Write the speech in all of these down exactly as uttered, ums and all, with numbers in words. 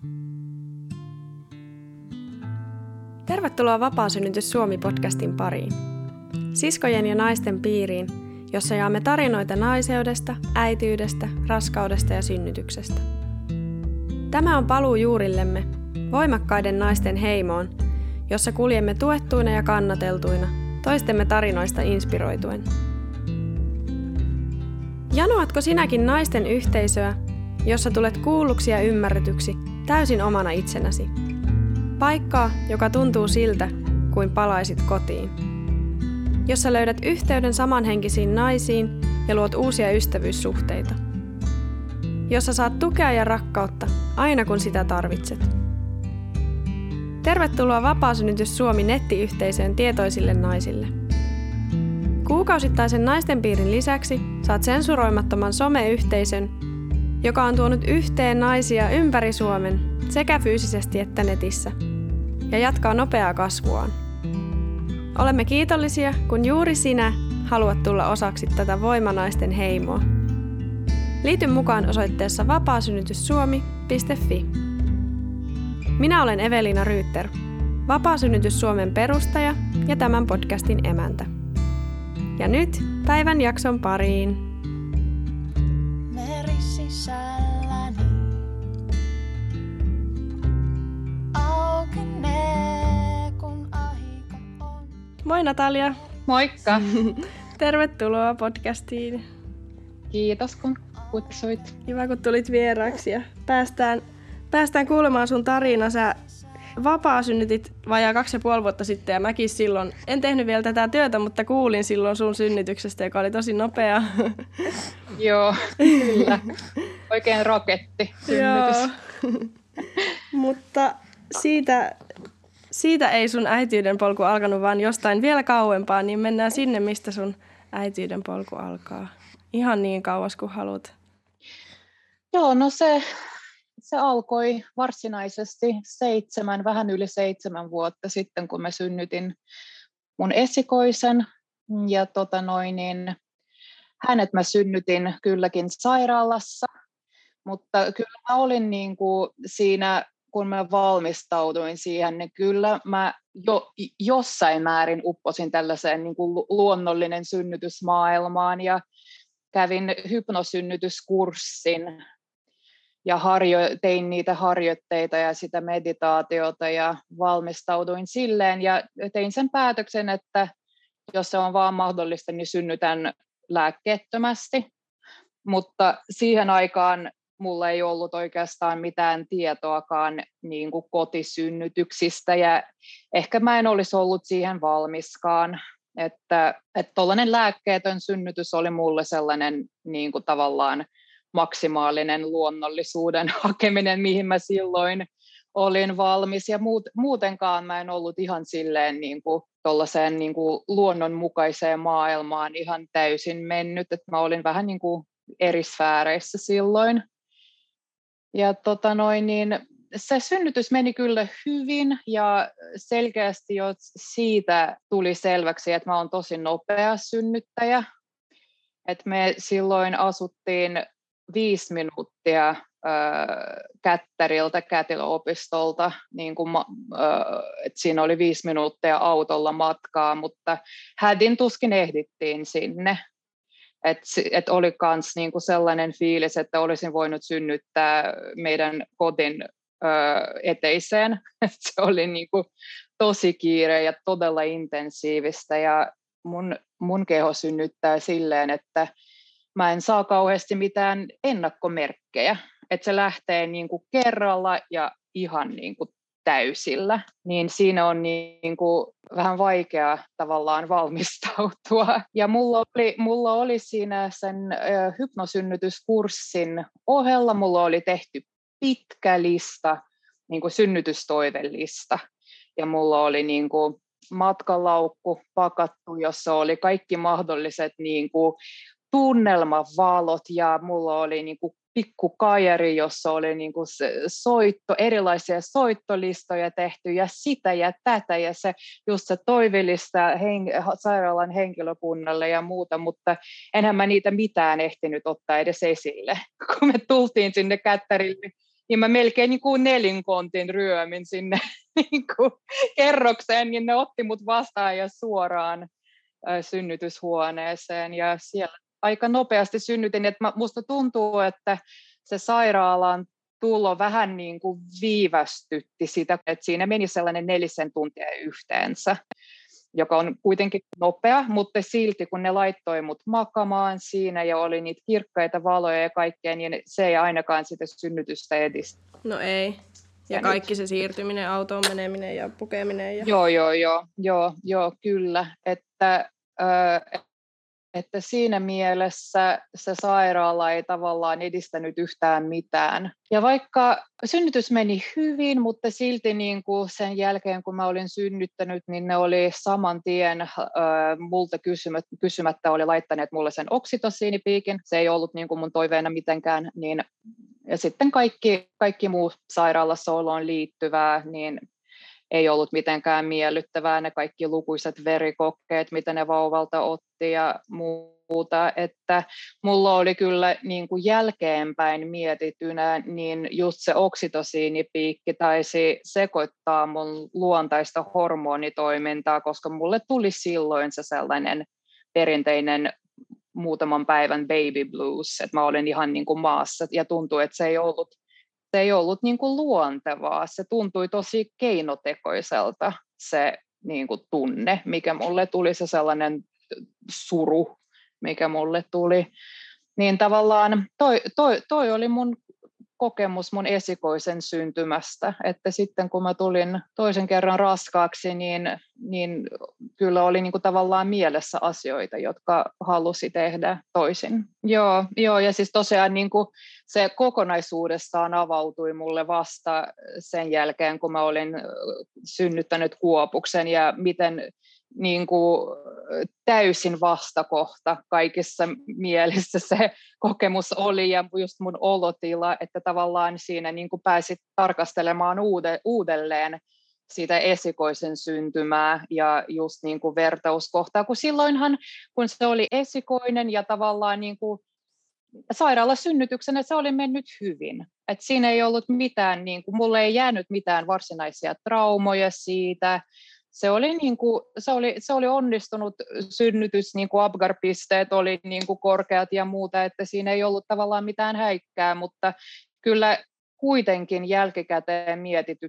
Tervetuloa Vapaasynnytys Suomi-podcastin pariin. Siskojen ja naisten piiriin, jossa jaamme tarinoita naiseudesta, äitiydestä, raskaudesta ja synnytyksestä. Tämä on paluu juurillemme, voimakkaiden naisten heimoon, jossa kuljemme tuettuina ja kannateltuina, toistemme tarinoista inspiroituen. Janoatko sinäkin naisten yhteisöä, jossa tulet kuulluksi ja ymmärretyksi täysin omana itsenäsi? Paikkaa, joka tuntuu siltä, kuin palaisit kotiin. Jossa löydät yhteyden samanhenkisiin naisiin ja luot uusia ystävyyssuhteita. Jossa saat tukea ja rakkautta aina kun sitä tarvitset. Tervetuloa Vapaasynnytys Suomi nettiyhteisöön tietoisille naisille. Kuukausittaisen naistenpiirin lisäksi saat sensuroimattoman someyhteisön, joka on tuonut yhteen naisia ympäri Suomen sekä fyysisesti että netissä, ja jatkaa nopeaa kasvuaan. Olemme kiitollisia, kun juuri sinä haluat tulla osaksi tätä voimanaisten heimoa. Liity mukaan osoitteessa vapaasynnytyssuomi piste fi. Minä olen Evelina Ryytter, Vapaasynnytys Suomen perustaja ja tämän podcastin emäntä. Ja nyt päivän jakson pariin. Merisisälläni aukenee, kun aika on. Moi Natalia. Moikka. Tervetuloa podcastiin. Kiitos kun kutsuit. Kiva kun tulit vieraaksi ja päästään, päästään kuulemaan sun tarina. Sä vapaasynnytit vajaa kaksi ja puoli vuotta sitten ja mäkin silloin, en tehnyt vielä tätä työtä, mutta kuulin silloin sun synnytyksestä, joka oli tosi nopea. Joo, kyllä. Oikein raketti synnytys. Mutta siitä, siitä ei sun äitiyden polku alkanut, vaan jostain vielä kauempaa, niin mennään sinne, mistä sun äitiyden polku alkaa. Ihan niin kauas kuin haluat. Joo, no se... Se alkoi varsinaisesti seitsemän, vähän yli seitsemän vuotta sitten, kun mä synnytin mun esikoisen. Ja tota noin, niin hänet mä synnytin kylläkin sairaalassa, mutta kyllä mä olin niin kuin siinä, kun mä valmistauduin siihen, niin kyllä mä jo, jossain määrin upposin tällaiseen niin kuin luonnollinen synnytysmaailmaan ja kävin hypnosynnytyskurssin. Ja harjo, tein niitä harjoitteita ja sitä meditaatiota ja valmistauduin silleen ja tein sen päätöksen, että jos se on vaan mahdollista, niin synnytän lääkkeettömästi. Mutta siihen aikaan mulla ei ollut oikeastaan mitään tietoakaan niin kuin kotisynnytyksistä ja ehkä mä en olisi ollut siihen valmiskaan. Että tuollainen lääkkeetön synnytys oli mulle sellainen niin kuin tavallaan maksimaalinen luonnollisuuden hakeminen, mihin mä silloin olin valmis. Ja muut, muutenkaan mä en ollut ihan silleen niin kuin tollaiseen niin kuin luonnonmukaiseen maailmaan ihan täysin mennyt. Että mä olin vähän niin kuin eri sfääreissä silloin. Ja tota noin, niin se synnytys meni kyllä hyvin ja selkeästi jo siitä tuli selväksi, että mä oon tosi nopea synnyttäjä. Että me silloin asuttiin viisi minuuttia äh, Kättäriltä, Kätilöopistolta, niin kuin, äh, että siinä oli viisi minuuttia autolla matkaa, mutta hädin tuskin ehdittiin sinne. Että et oli myös niinku sellainen fiilis, että olisin voinut synnyttää meidän kodin äh, eteiseen. Et se oli niinku tosi kiire ja todella intensiivistä ja mun, mun keho synnyttää silleen, että mä en saa kauheasti mitään ennakkomerkkejä, että se lähtee niin kuin kerralla ja ihan niin kuin täysillä, niin siinä on niin kuin vähän vaikea tavallaan valmistautua. Ja mulla oli, mulla oli siinä sen ö, hypnosynnytyskurssin ohella, mulla oli tehty pitkä lista, niin kuin synnytystoivelista, ja mulla oli niin kuin matkalaukku pakattu, jossa oli kaikki mahdolliset niin kuin tunnelmavalot ja mulla oli niinku pikku kajari, jossa oli niinku soitto, erilaisia soittolistoja tehty ja sitä ja tätä ja se just se toivellista hen- sairaalan henkilökunnalle ja muuta, mutta enhän mä niitä mitään ehtinyt ottaa edes esille. Kun me tultiin sinne Kättärille Ja mä melkein niin kuin nelinkontin ryömin sinne niin kuin kerrokseen, niin ne otti mut vastaan ja suoraan ä, synnytyshuoneeseen. Ja siellä aika nopeasti synnytin, että mä, musta tuntuu, että se sairaalaan tulo vähän niin kuin viivästytti sitä, että siinä meni sellainen nelisen tuntia yhteensä, joka on kuitenkin nopea, mutta silti kun ne laittoi mut makamaan siinä ja oli niitä kirkkaita valoja ja kaikkea, niin se ei ainakaan sitä synnytystä edistä. No ei. Ja, Ja kaikki se siirtyminen, autoon meneminen ja pukeminen. Ja... Joo, joo, joo, joo, joo, kyllä. Että, ö, että siinä mielessä se sairaala ei tavallaan edistänyt yhtään mitään. Ja vaikka synnytys meni hyvin, mutta silti niin kuin sen jälkeen, kun mä olin synnyttänyt, niin ne oli saman tien äh, multa kysymät, kysymättä oli laittaneet mulle sen oksitosiinipiikin. Se ei ollut niin kuin mun toiveena mitenkään. Niin, ja sitten kaikki, kaikki muu sairaalassa oloon liittyvää, niin ei ollut mitenkään miellyttävää, ne kaikki lukuiset verikokkeet, mitä ne vauvalta otti ja muuta, että mulla oli kyllä niin kuin jälkeenpäin mietitynä, niin just se oksitosiinipiikki taisi sekoittaa mun luontaista hormonitoimintaa, koska mulle tuli silloin se sellainen perinteinen muutaman päivän baby blues, että mä olin ihan niin kuin maassa ja tuntui, että se ei ollut Se ei ollut niin kuin luontevaa, se tuntui tosi keinotekoiselta se niin kuin tunne, mikä mulle tuli, se sellainen suru, mikä mulle tuli. Niin tavallaan toi, toi, toi oli mun kokemus mun esikoisen syntymästä, että sitten kun mä tulin toisen kerran raskaaksi, niin, niin kyllä oli niin kuin tavallaan mielessä asioita, jotka halusi tehdä toisin. Joo, joo ja siis tosiaan niin kuin se kokonaisuudessaan avautui mulle vasta sen jälkeen, kun mä olin synnyttänyt Kuopuksen ja miten niin kuin täysin vastakohta kaikissa mielissä se kokemus oli ja just mun olotila, että tavallaan siinä niin kuin pääsit tarkastelemaan uudelleen sitä esikoisen syntymää ja just niin kuin vertauskohtaa, kun silloinhan kun se oli esikoinen ja tavallaan niin kuin sairaalasynnytyksenä se oli mennyt hyvin. Et siinä ei ollut mitään, niin kuin, mulle ei jäänyt mitään varsinaisia traumoja siitä. Se oli, niin kuin, se oli, se oli onnistunut synnytys, niin kuin Apgar-pisteet oli niin kuin korkeat ja muuta, että siinä ei ollut tavallaan mitään häikkää, mutta kyllä kuitenkin jälkikäteen mietity,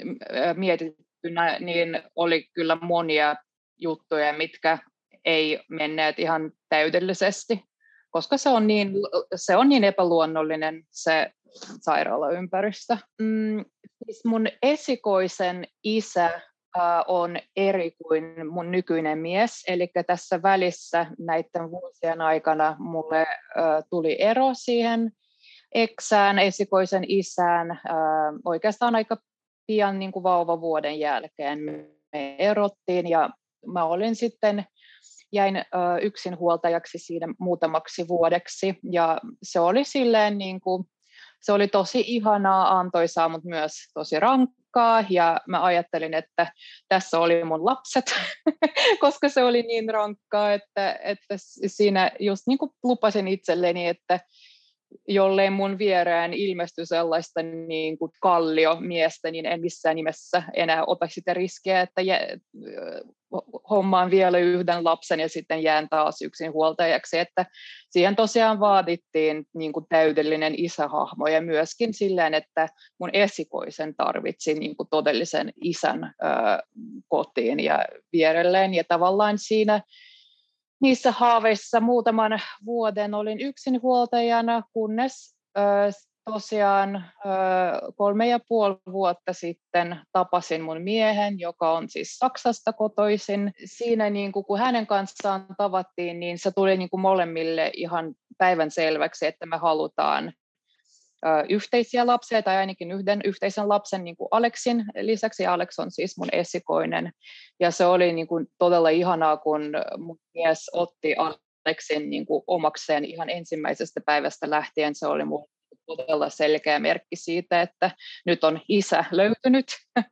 mietittynä niin oli kyllä monia juttuja, mitkä ei menneet ihan täydellisesti, koska se on niin, se on niin epäluonnollinen se sairaalaympäristö. Mm, siis mun esikoisen isä on eri kuin mun nykyinen mies, eli tässä välissä näiden vuosien aikana mulle tuli ero siihen eksään, esikoisen isään, oikeastaan aika pian niin kuin vauvavuoden jälkeen me erottiin ja mä olin sitten, jäin yksinhuoltajaksi siinä muutamaksi vuodeksi ja se oli silleen niin kuin, se oli tosi ihanaa, antoisaa, mutta myös tosi rankkaa ja mä ajattelin, että tässä oli mun lapset, koska se oli niin rankkaa, että, että siinä just niin kuin lupasin itselleni, että jollei mun vierään ilmesty sellaista niin kuin kalliomiestä, niin en missään nimessä enää ota sitä riskiä, että jä, hommaan vielä yhden lapsen ja sitten jään taas yksin huoltajaksi. Että siihen tosiaan vaadittiin niin kuin täydellinen isähahmo ja myöskin silleen, että mun esikoisen tarvitsi niin kuin todellisen isän ö, kotiin ja vierelleen. Ja tavallaan siinä niissä haaveissa muutaman vuoden olin yksinhuoltajana, kunnes ö, tosiaan ö, kolme ja puoli vuotta sitten tapasin mun miehen, joka on siis Saksasta kotoisin. Siinä niin kuin, kun hänen kanssaan tavattiin, niin se tuli niin kuin molemmille ihan päivän selväksi, että me halutaan ö, yhteisiä lapsia tai ainakin yhden yhteisen lapsen niin kuin Aleksin lisäksi. Alex on siis mun esikoinen. Ja se oli niin kuin todella ihanaa, kun mun mies otti Aleksin niin kuin omakseen ihan ensimmäisestä päivästä lähtien. Se oli mun todella selkeä merkki siitä, että nyt on isä löytynyt.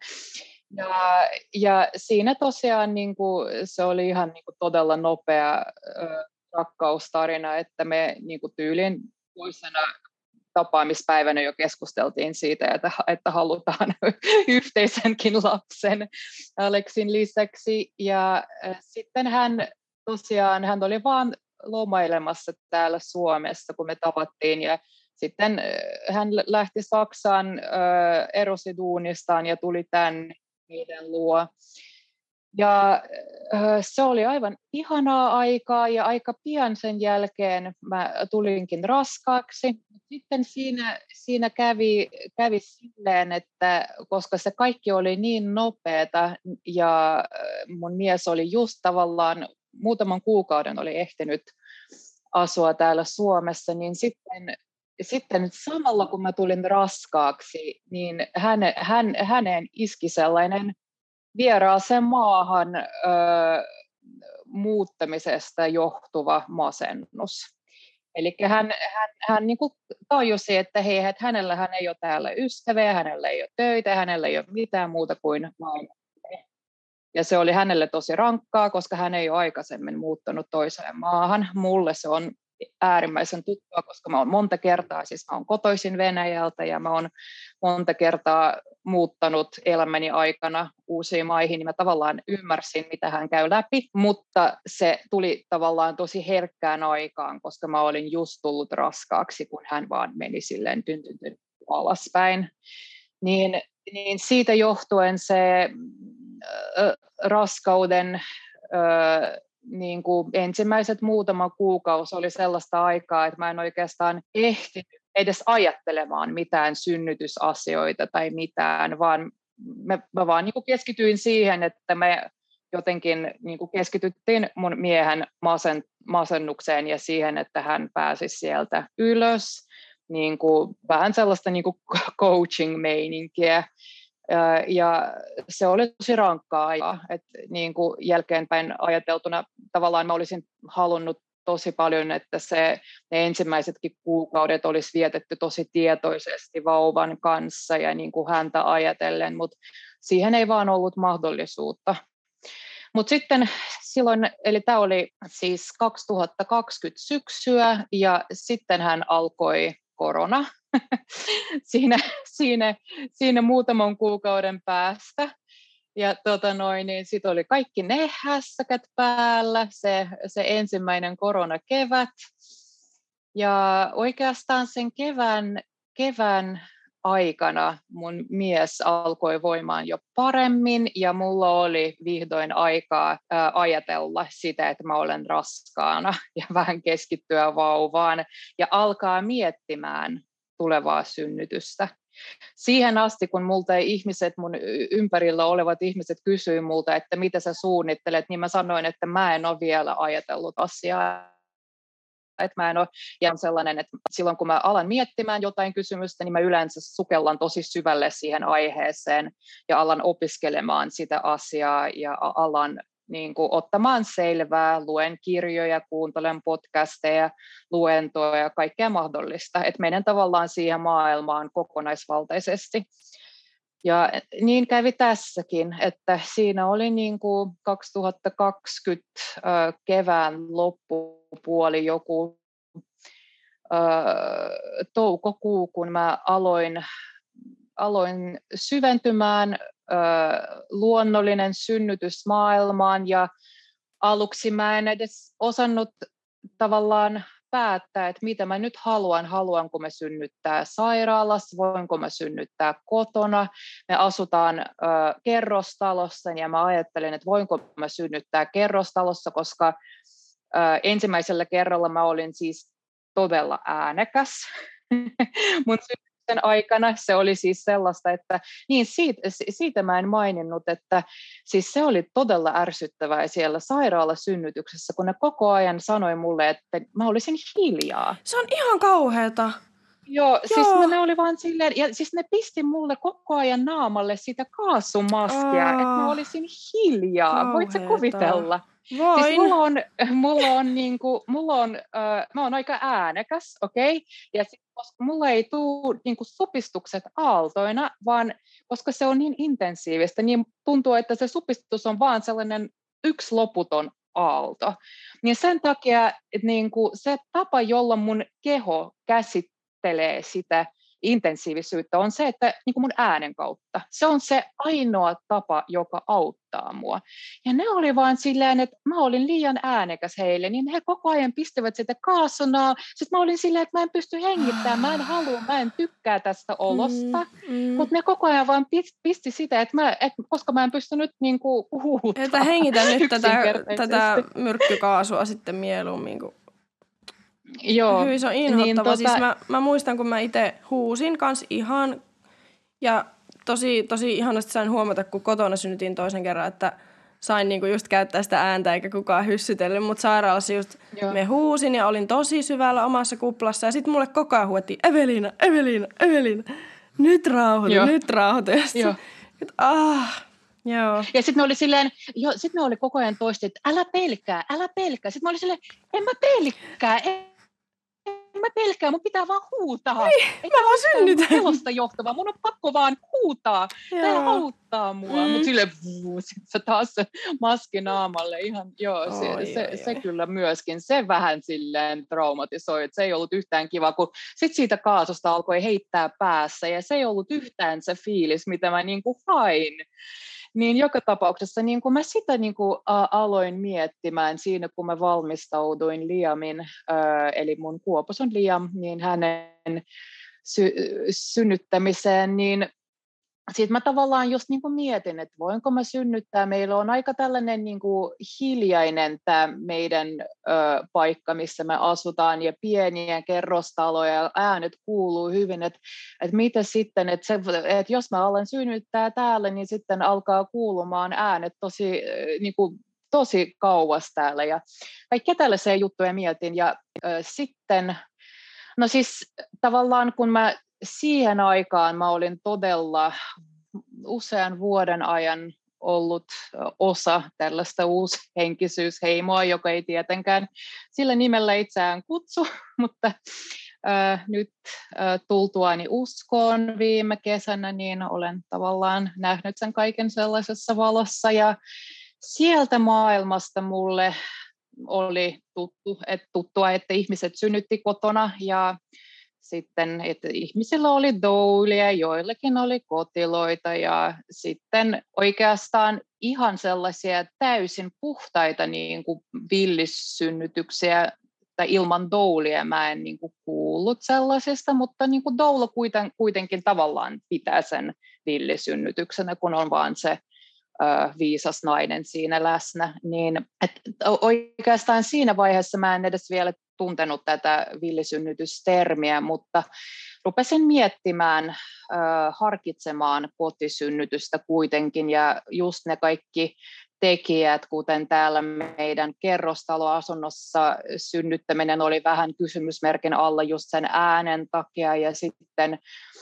Ja, ja siinä tosiaan niin kuin, se oli ihan niin kuin todella nopea ö, rakkaustarina, että me niin kuin tyylin toisena tapaamispäivänä jo keskusteltiin siitä, että, että halutaan yhteisenkin lapsen Aleksin lisäksi. Ja sitten hän tosiaan, hän oli vaan lomailemassa täällä Suomessa, kun me tavattiin, ja sitten hän lähti Saksaan, erosi duunistaan ja tuli tänne meidän luo. Ja se oli aivan ihanaa aikaa, ja aika pian sen jälkeen mä tulinkin raskaaksi. Sitten siinä, siinä kävi, kävi silleen, että koska se kaikki oli niin nopeata ja mun mies oli just tavallaan muutaman kuukauden oli ehtinyt asua täällä Suomessa, niin sitten, sitten samalla kun mä tulin raskaaksi, niin hän, hän, häneen iski sellainen vieraaseen maahan ö, muuttamisesta johtuva masennus. Eli hän, hän, hän niin kuin tajusi, että hei, että hänellähän ei ole täällä ystäviä, hänellä ei ole töitä, hänellä ei ole mitään muuta kuin vain. Ja se oli hänelle tosi rankkaa, koska hän ei ole aikaisemmin muuttanut toiseen maahan. Mulle se on äärimmäisen tuttua, koska mä oon monta kertaa, siis mä oon kotoisin Venäjältä ja mä oon monta kertaa muuttanut elämäni aikana uusiin maihin, niin mä tavallaan ymmärsin, mitä hän käy läpi, mutta se tuli tavallaan tosi herkkään aikaan, koska mä olin just tullut raskaaksi, kun hän vaan meni silleen tyn, tyn, tyn alaspäin. Niin, niin siitä johtuen se äh, raskauden äh, niin kuin ensimmäiset muutama kuukausi oli sellaista aikaa, että mä en oikeastaan ehtinyt edes ajattelemaan mitään synnytysasioita tai mitään, vaan mä, mä vaan niin kuin keskityin siihen, että me jotenkin niin kuin keskityttiin mun miehen masen, masennukseen ja siihen, että hän pääsisi sieltä ylös, niin kuin, vähän sellaista niin kuin coaching-meininkiä. Ja se oli tosi rankkaa aikaa, että niin kuin jälkeenpäin ajateltuna tavallaan mä olisin halunnut tosi paljon, että se, ne ensimmäisetkin kuukaudet olisi vietetty tosi tietoisesti vauvan kanssa ja niin kuin häntä ajatellen, mutta siihen ei vaan ollut mahdollisuutta. Mutta sitten silloin, eli tämä oli siis kaksituhattakaksikymmentä syksyä ja sitten hän alkoi korona siinä, siinä, siinä muutaman kuukauden päästä. Ja tota noin, niin sitten oli kaikki ne hässäkät päällä, se, se ensimmäinen koronakevät. Ja oikeastaan sen kevään, kevään aikana mun mies alkoi voimaan jo paremmin ja mulla oli vihdoin aikaa ää, ajatella sitä, että mä olen raskaana ja vähän keskittyä vauvaan ja alkaa miettimään tulevaa synnytystä. Siihen asti, kun multa ihmiset, mun ympärillä olevat ihmiset kysyi multa, että mitä sä suunnittelet, niin mä sanoin, että mä en ole vielä ajatellut asiaa. Että mä en ole, ja on sellainen, että silloin kun mä alan miettimään jotain kysymystä, niin mä yleensä sukellan tosi syvälle siihen aiheeseen ja alan opiskelemaan sitä asiaa ja alan niin kuin ottamaan selvää, luen kirjoja, kuuntelen podcasteja, luentoja ja kaikkea mahdollista. Että menen tavallaan siihen maailmaan kokonaisvaltaisesti. Ja niin kävi tässäkin, että siinä oli niin kuin kaksituhattakaksikymmentä äh, kevään loppupuoli joku äh, toukokuu, kun mä aloin, aloin syventymään äh, luonnollinen synnytysmaailmaan ja aluksi mä en edes osannut tavallaan päättää, että mitä mä nyt haluan, haluanko mä synnyttää sairaalassa, voinko mä synnyttää kotona. Me asutaan ö, kerrostalossa ja mä ajattelen, että voinko mä synnyttää kerrostalossa, koska ö, ensimmäisellä kerralla mä olin siis todella äänekäs. Mun synnytyksen aikana se oli siis sellaista, että niin siitä, siitä mä en maininnut, että siis se oli todella ärsyttävää siellä sairaalasynnytyksessä, kun ne koko ajan sanoi mulle, että mä olisin hiljaa. Se on ihan kauheata. Joo, Joo. siis ne oli vaan silleen, ja siis ne pisti mulle koko ajan naamalle sitä kaasumaskia, Aa, että mä olisin hiljaa. Voit sä kauheeta. kuvitella? Voin. Siis mulla on, mulla on, niinku, mulla on äh, mä oon aika äänekäs, okei, okay? Ja sit, koska mulla ei tule niinku, supistukset aaltoina, vaan koska se on niin intensiivistä, niin tuntuu, että se supistus on vaan sellainen yksi loputon aalto. Niin sen takia, että niinku, se tapa, jolla mun keho käsittää määrittelee sitä intensiivisyyttä, on se, että niin kuin mun äänen kautta. Se on se ainoa tapa, joka auttaa mua. Ja ne oli vaan silleen, että mä olin liian äänekäs heille, niin he koko ajan pistivät sitä kaasunaa. Sitten mä olin silleen, että mä en pysty hengittämään, mä en halua, mä en tykkää tästä olosta. Mm, mm. Mutta ne koko ajan vaan pisti sitä, että, mä, että koska mä en pystynyt niin kuin huutaa. Että hengitä nyt tätä, tätä myrkkykaasua sitten mieluummin kuin... Joo. Hyi, se on inhottava. Niin, tota... siis mä, mä muistan, kun mä itse huusin kans ihan, ja tosi, tosi ihanasti sain huomata, kun kotona synnytin toisen kerran, että sain niinku just käyttää sitä ääntä, eikä kukaan hyssytellyt, mutta sairaalassa just Joo. me huusin ja olin tosi syvällä omassa kuplassa, ja sitten mulle koko ajan huettiin, Eveliina, Eveliina, Eveliina, nyt rauhoitu, Joo. nyt rauhoitu, ja sitten, ah... Joo. Ja sitten me oli silleen, jo, sit me oli koko ajan toisti, että älä pelkää, älä pelkää. Sitten mä olin silleen, en mä pelkää, en, en mä pelkää, mun pitää vaan huutaa. Ei, ei mä vaan synnytän. Pelosta johtavaa, mun on pakko vaan huutaa. Tää auttaa mua. Mm. Mutta silleen, sit se taas se maski naamalle ihan, joo, oh, se, joo, se, joo. se kyllä myöskin, se vähän silleen traumatisoi, että se ei ollut yhtään kiva, kun sit siitä kaasusta alkoi heittää päässä, ja se ei ollut yhtään se fiilis, mitä mä niinku hain. Niin joka tapauksessa niin kun mä sitä niin kun, ä, aloin miettimään siinä, kun mä valmistauduin Liamin, ä, eli mun Kuoposon Liam, niin hänen sy- synnyttämiseen, niin sitten mä tavallaan just niin kuin mietin, että voinko mä synnyttää. Meillä on aika tällainen niin kuin hiljainen tämä meidän ö, paikka, missä me asutaan, ja pieniä kerrostaloja, ja äänet kuuluu hyvin, että, että mitä sitten, että, se, että jos mä alan synnyttää täällä, niin sitten alkaa kuulumaan äänet tosi, niin kuin, tosi kauas täällä, ja kaikkia tällaisia juttuja mietin, ja ö, sitten, no siis tavallaan kun mä siihen aikaan mä olin todella usean vuoden ajan ollut osa tällaista uushenkisyysheimoa, joka ei tietenkään sillä nimellä itseään kutsu, mutta äh, nyt äh, tultuani uskoon viime kesänä, niin olen tavallaan nähnyt sen kaiken sellaisessa valossa, ja sieltä maailmasta mulle oli tuttu, että tuttua, että ihmiset synnytti kotona, ja sitten, että ihmisillä oli doulia, joillakin oli kotiloita, ja sitten oikeastaan ihan sellaisia täysin puhtaita niin kuin villissynnytyksiä tai ilman doulia mä en niin kuin kuullut sellaisista, mutta niin kuin doula kuiten, kuitenkin tavallaan pitää sen villisynnytyksenä, kun on vaan se ö, viisas nainen siinä läsnä. Niin, et oikeastaan siinä vaiheessa mä en edes vielä tuntenut tätä villisynnytystermiä, mutta rupesin miettimään, äh, harkitsemaan kotisynnytystä kuitenkin, ja just ne kaikki tekijät, kuten täällä meidän kerrostaloasunnossa synnyttäminen oli vähän kysymysmerkin alla just sen äänen takia, ja sitten,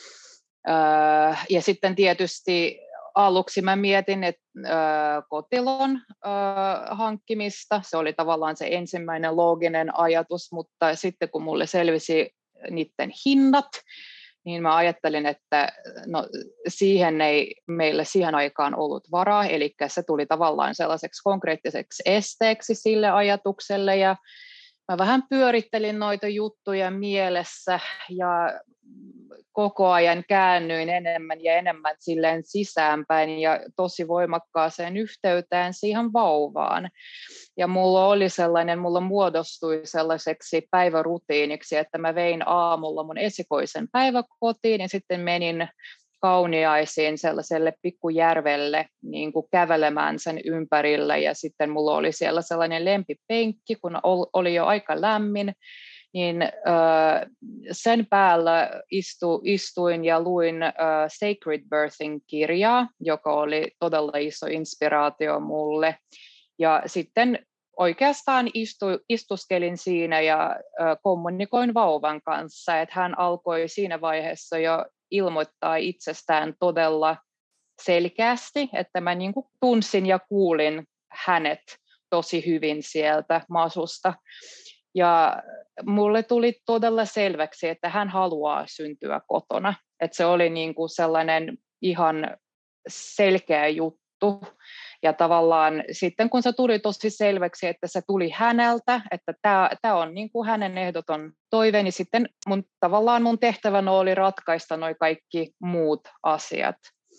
äh, ja sitten tietysti aluksi mä mietin, että äh, kotilon äh, hankkimista, se oli tavallaan se ensimmäinen looginen ajatus, mutta sitten kun mulle selvisi niiden hinnat, niin mä ajattelin, että no, siihen ei meille siihen aikaan ollut varaa, eli se tuli tavallaan sellaiseksi konkreettiseksi esteeksi sille ajatukselle, ja mä vähän pyörittelin noita juttuja mielessä, ja koko ajan käännyin enemmän ja enemmän silleen sisäänpäin ja tosi voimakkaaseen yhteyteen siihen vauvaan. Ja mulla oli sellainen, mulla muodostui sellaiseksi päivärutiiniksi, että mä vein aamulla mun esikoisen päiväkotiin ja sitten menin Kauniaisiin sellaiselle pikkujärvelle niin kuin kävelemään sen ympärillä, ja sitten mulla oli siellä sellainen lempipenkki, kun oli jo aika lämmin, niin äh, sen päällä istu, istuin ja luin äh, Sacred Birthing-kirjaa, joka oli todella iso inspiraatio mulle. Ja sitten oikeastaan istu, istuskelin siinä ja äh, kommunikoin vauvan kanssa, että hän alkoi siinä vaiheessa jo ilmoittaa itsestään todella selkeästi, että mä niin kuin tunsin ja kuulin hänet tosi hyvin sieltä masusta. Ja mulle tuli todella selväksi, että hän haluaa syntyä kotona. Että se oli niin kuin sellainen ihan selkeä juttu, juttu. Ja tavallaan sitten kun se tuli tosi selväksi, että se tuli häneltä, että tämä, tämä on niin kuin hänen ehdoton toive, niin sitten mun, tavallaan mun tehtävänä oli ratkaista noi kaikki muut asiat.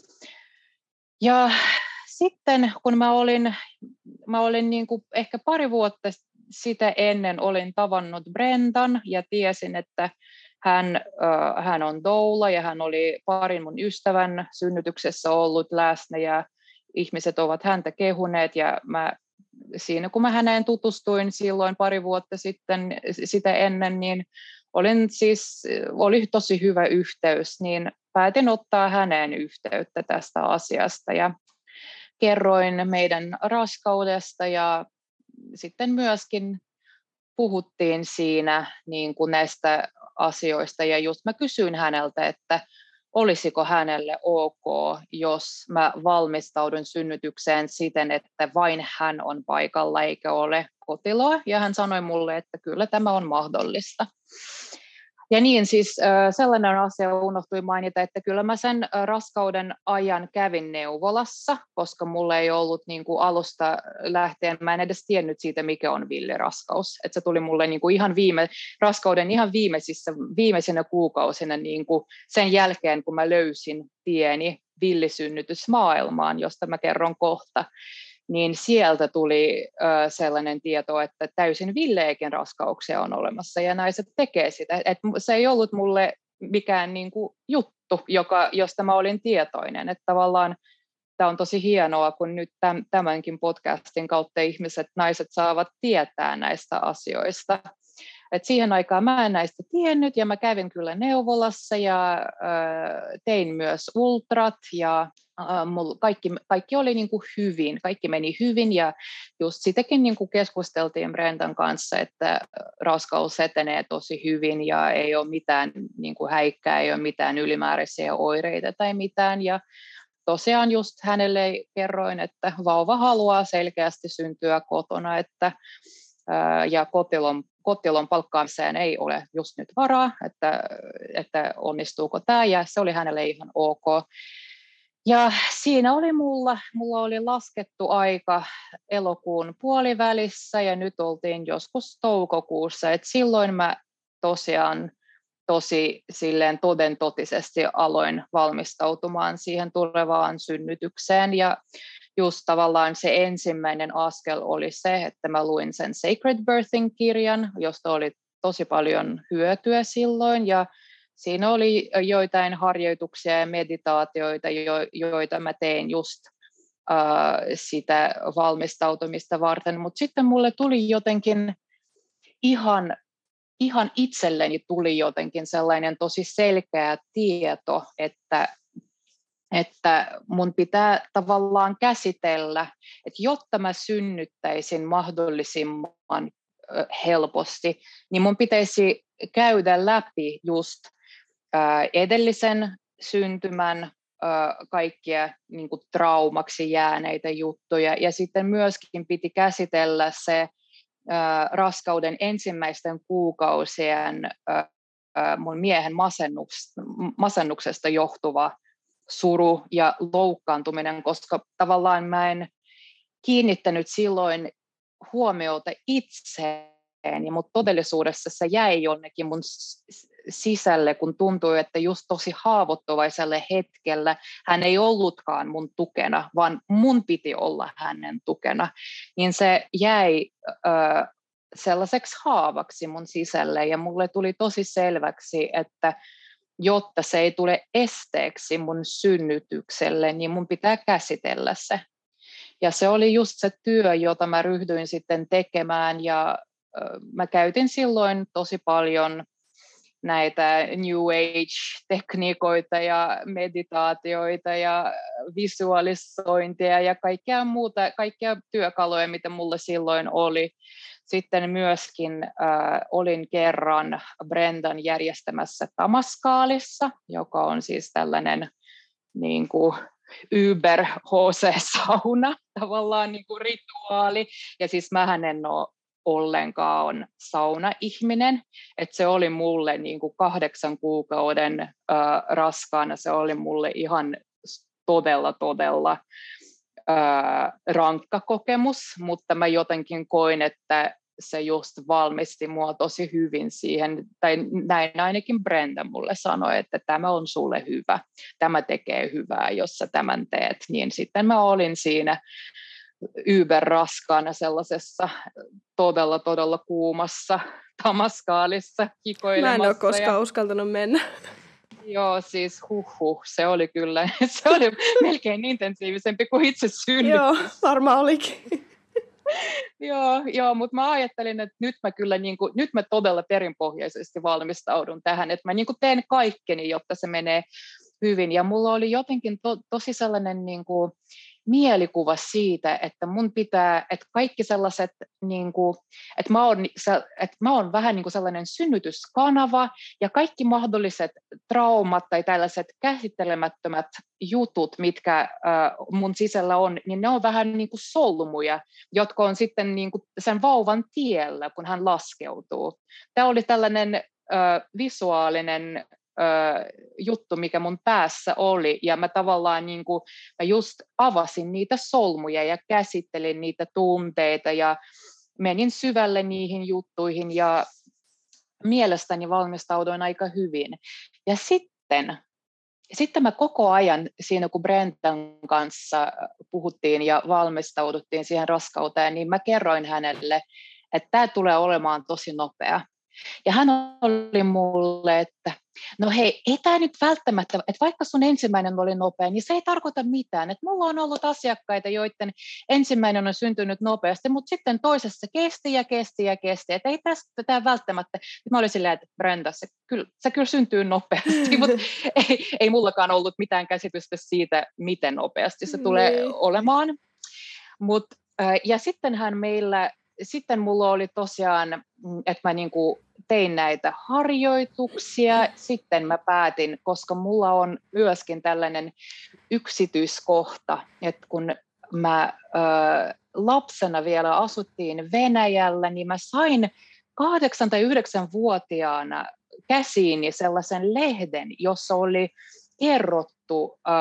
Ja sitten kun mä olin, mä olin niin kuin ehkä pari vuotta sitä ennen olin tavannut Brendan ja tiesin, että hän, äh, hän on doula ja hän oli parin mun ystävän synnytyksessä ollut läsnä ja ihmiset ovat häntä kehuneet ja mä, siinä kun mä häneen tutustuin silloin pari vuotta sitten sitä ennen, niin olin siis, oli tosi hyvä yhteys, niin päätin ottaa häneen yhteyttä tästä asiasta ja kerroin meidän raskaudesta ja sitten myöskin puhuttiin siinä niin kuin näistä asioista ja just mä kysyin häneltä, että olisiko hänelle ok, jos mä valmistaudun synnytykseen siten, että vain hän on paikalla eikä ole kotiloa. Ja hän sanoi mulle, että kyllä tämä on mahdollista. Ja niin siis sellainen asia unohtui mainita, että kyllä mä sen raskauden ajan kävin neuvolassa, koska mulla ei ollut niin kuin alusta lähtien, mä en edes tiennyt siitä, mikä on villiraskaus. Että se tuli mulle niin kuin ihan viime, raskauden ihan viimeisissä, viimeisinä kuukausina niin kuin sen jälkeen, kun mä löysin tieni villisynnytysmaailmaan, josta mä kerron kohta. Niin sieltä tuli ö, sellainen tieto, että täysin villejäkin raskauksia on olemassa ja naiset tekee sitä. Et se ei ollut mulle mikään niin kuin juttu, joka, josta mä olin tietoinen. Että tavallaan tämä on tosi hienoa, kun nyt tämänkin podcastin kautta ihmiset, naiset saavat tietää näistä asioista. Et siihen aikaan mä en näistä tiennyt ja mä kävin kyllä neuvolassa ja ö, tein myös ultrat ja Kaikki, kaikki oli niin kuin hyvin, kaikki meni hyvin ja just sitäkin niin kuin keskusteltiin Brendan kanssa, että raskaus etenee tosi hyvin ja ei ole mitään niin kuin häikkää, ei ole mitään ylimääräisiä oireita tai mitään ja tosiaan just hänelle kerroin, että vauva haluaa selkeästi syntyä kotona, että ja kotilon, kotilon palkkaamiseen ei ole just nyt varaa, että, että onnistuuko tämä ja se oli hänelle ihan ok. Ja siinä oli mulla, mulla oli laskettu aika elokuun puolivälissä ja nyt oltiin joskus toukokuussa, että silloin mä tosiaan tosi silleen todentotisesti aloin valmistautumaan siihen tulevaan synnytykseen ja just tavallaan se ensimmäinen askel oli se, että mä luin sen Sacred Birthing-kirjan, josta oli tosi paljon hyötyä silloin ja siinä oli joitain harjoituksia ja meditaatioita, joita mä tein just uh, sitä valmistautumista varten, mutta sitten mulle tuli jotenkin ihan, ihan itselleni tuli jotenkin sellainen tosi selkeä tieto, että, että mun pitää tavallaan käsitellä, että jotta mä synnyttäisin mahdollisimman helposti, niin mun pitäisi käydä läpi just edellisen syntymän kaikkia niin kuin traumaksi jääneitä juttuja ja sitten myöskin piti käsitellä se raskauden ensimmäisten kuukausien mun miehen masennuksesta johtuva suru ja loukkaantuminen, koska tavallaan mä en kiinnittänyt silloin huomiota itseen, mutta todellisuudessa se jäi jonnekin mun sisälle, kun tuntui, että just tosi haavoittuvaiselle hetkellä hän ei ollutkaan mun tukena, vaan mun piti olla hänen tukena, niin se jäi ö, sellaiseksi haavaksi mun sisälle ja mulle tuli tosi selväksi, että jotta se ei tule esteeksi mun synnytykselle, niin mun pitää käsitellä se. Ja se oli just se työ, jota mä ryhdyin sitten tekemään ja ö, mä käytin silloin tosi paljon näitä New Age-tekniikoita ja meditaatioita ja visualisointia ja kaikkea muuta, kaikkia työkaluja, mitä mulla silloin oli. Sitten myöskin äh, olin kerran Brendan järjestämässä Tamaskaalissa, joka on siis tällainen niin kuin Uber-H C-sauna, tavallaan niin kuin rituaali. Ja siis mähän en ole ollenkaan sauna-ihminen, että se oli mulle niin kuin kahdeksan kuukauden äh, raskaana, se oli mulle ihan todella, todella ää, rankka kokemus, mutta mä jotenkin koin, että se just valmisti mua tosi hyvin siihen, tai näin ainakin Brenda mulle sanoi, että tämä on sulle hyvä, tämä tekee hyvää, jos sä tämän teet, niin sitten mä olin siinä yberraskaana sellaisessa todella, todella kuumassa Tamaskaalissa hikoilemassa. Mä en ole koskaan ja... uskaltanut mennä. Joo, siis huhhuh, se oli kyllä, se oli melkein intensiivisempi kuin itse synnytys. Joo, varmaan olikin. Joo, joo, mutta mä ajattelin, että nyt mä kyllä niin kuin, nyt mä todella perinpohjaisesti valmistaudun tähän, että mä niin kuin teen kaikkeni, jotta se menee hyvin. Ja mulla oli jotenkin to, tosi sellainen niin kuin mielikuva siitä, että mun pitää, että kaikki sellaiset, niin kuin, että, mä oon, että mä oon vähän niin kuin sellainen synnytyskanava ja kaikki mahdolliset traumat tai tällaiset käsittelemättömät jutut, mitkä äh, mun sisällä on, niin ne on vähän niin kuin solmuja, jotka on sitten niin kuin sen vauvan tiellä, kun hän laskeutuu. Tämä oli tällainen äh, visuaalinen juttu, mikä mun päässä oli, ja mä tavallaan niin kuin, mä just avasin niitä solmuja ja käsittelin niitä tunteita ja menin syvälle niihin juttuihin ja mielestäni valmistauduin aika hyvin. Ja sitten, sitten mä koko ajan siinä, kun Brendan kanssa puhuttiin ja valmistauduttiin siihen raskauteen, niin mä kerroin hänelle, että tämä tulee olemaan tosi nopea. Ja hän oli mulle, että no hei, ei tämä nyt välttämättä, että vaikka sun ensimmäinen oli nopea, niin se ei tarkoita mitään. Että mulla on ollut asiakkaita, joiden ensimmäinen on syntynyt nopeasti, mutta sitten toisessa kesti ja kesti ja kesti. Että ei tästä tämä välttämättä. Mä olin silleen, että Brenda, se kyllä, se kyllä syntyy nopeasti, mutta ei, ei mullakaan ollut mitään käsitystä siitä, miten nopeasti se tulee niin olemaan. Mut, ja sittenhän meillä... Sitten mulla oli tosiaan, että mä niinku tein näitä harjoituksia, sitten mä päätin, koska mulla on myöskin tällainen yksityiskohta, että kun mä ö, lapsena vielä asuttiin Venäjällä, niin mä sain kahdeksan- tai yhdeksänvuotiaana käsiini sellaisen lehden, jossa oli kerrottu ö,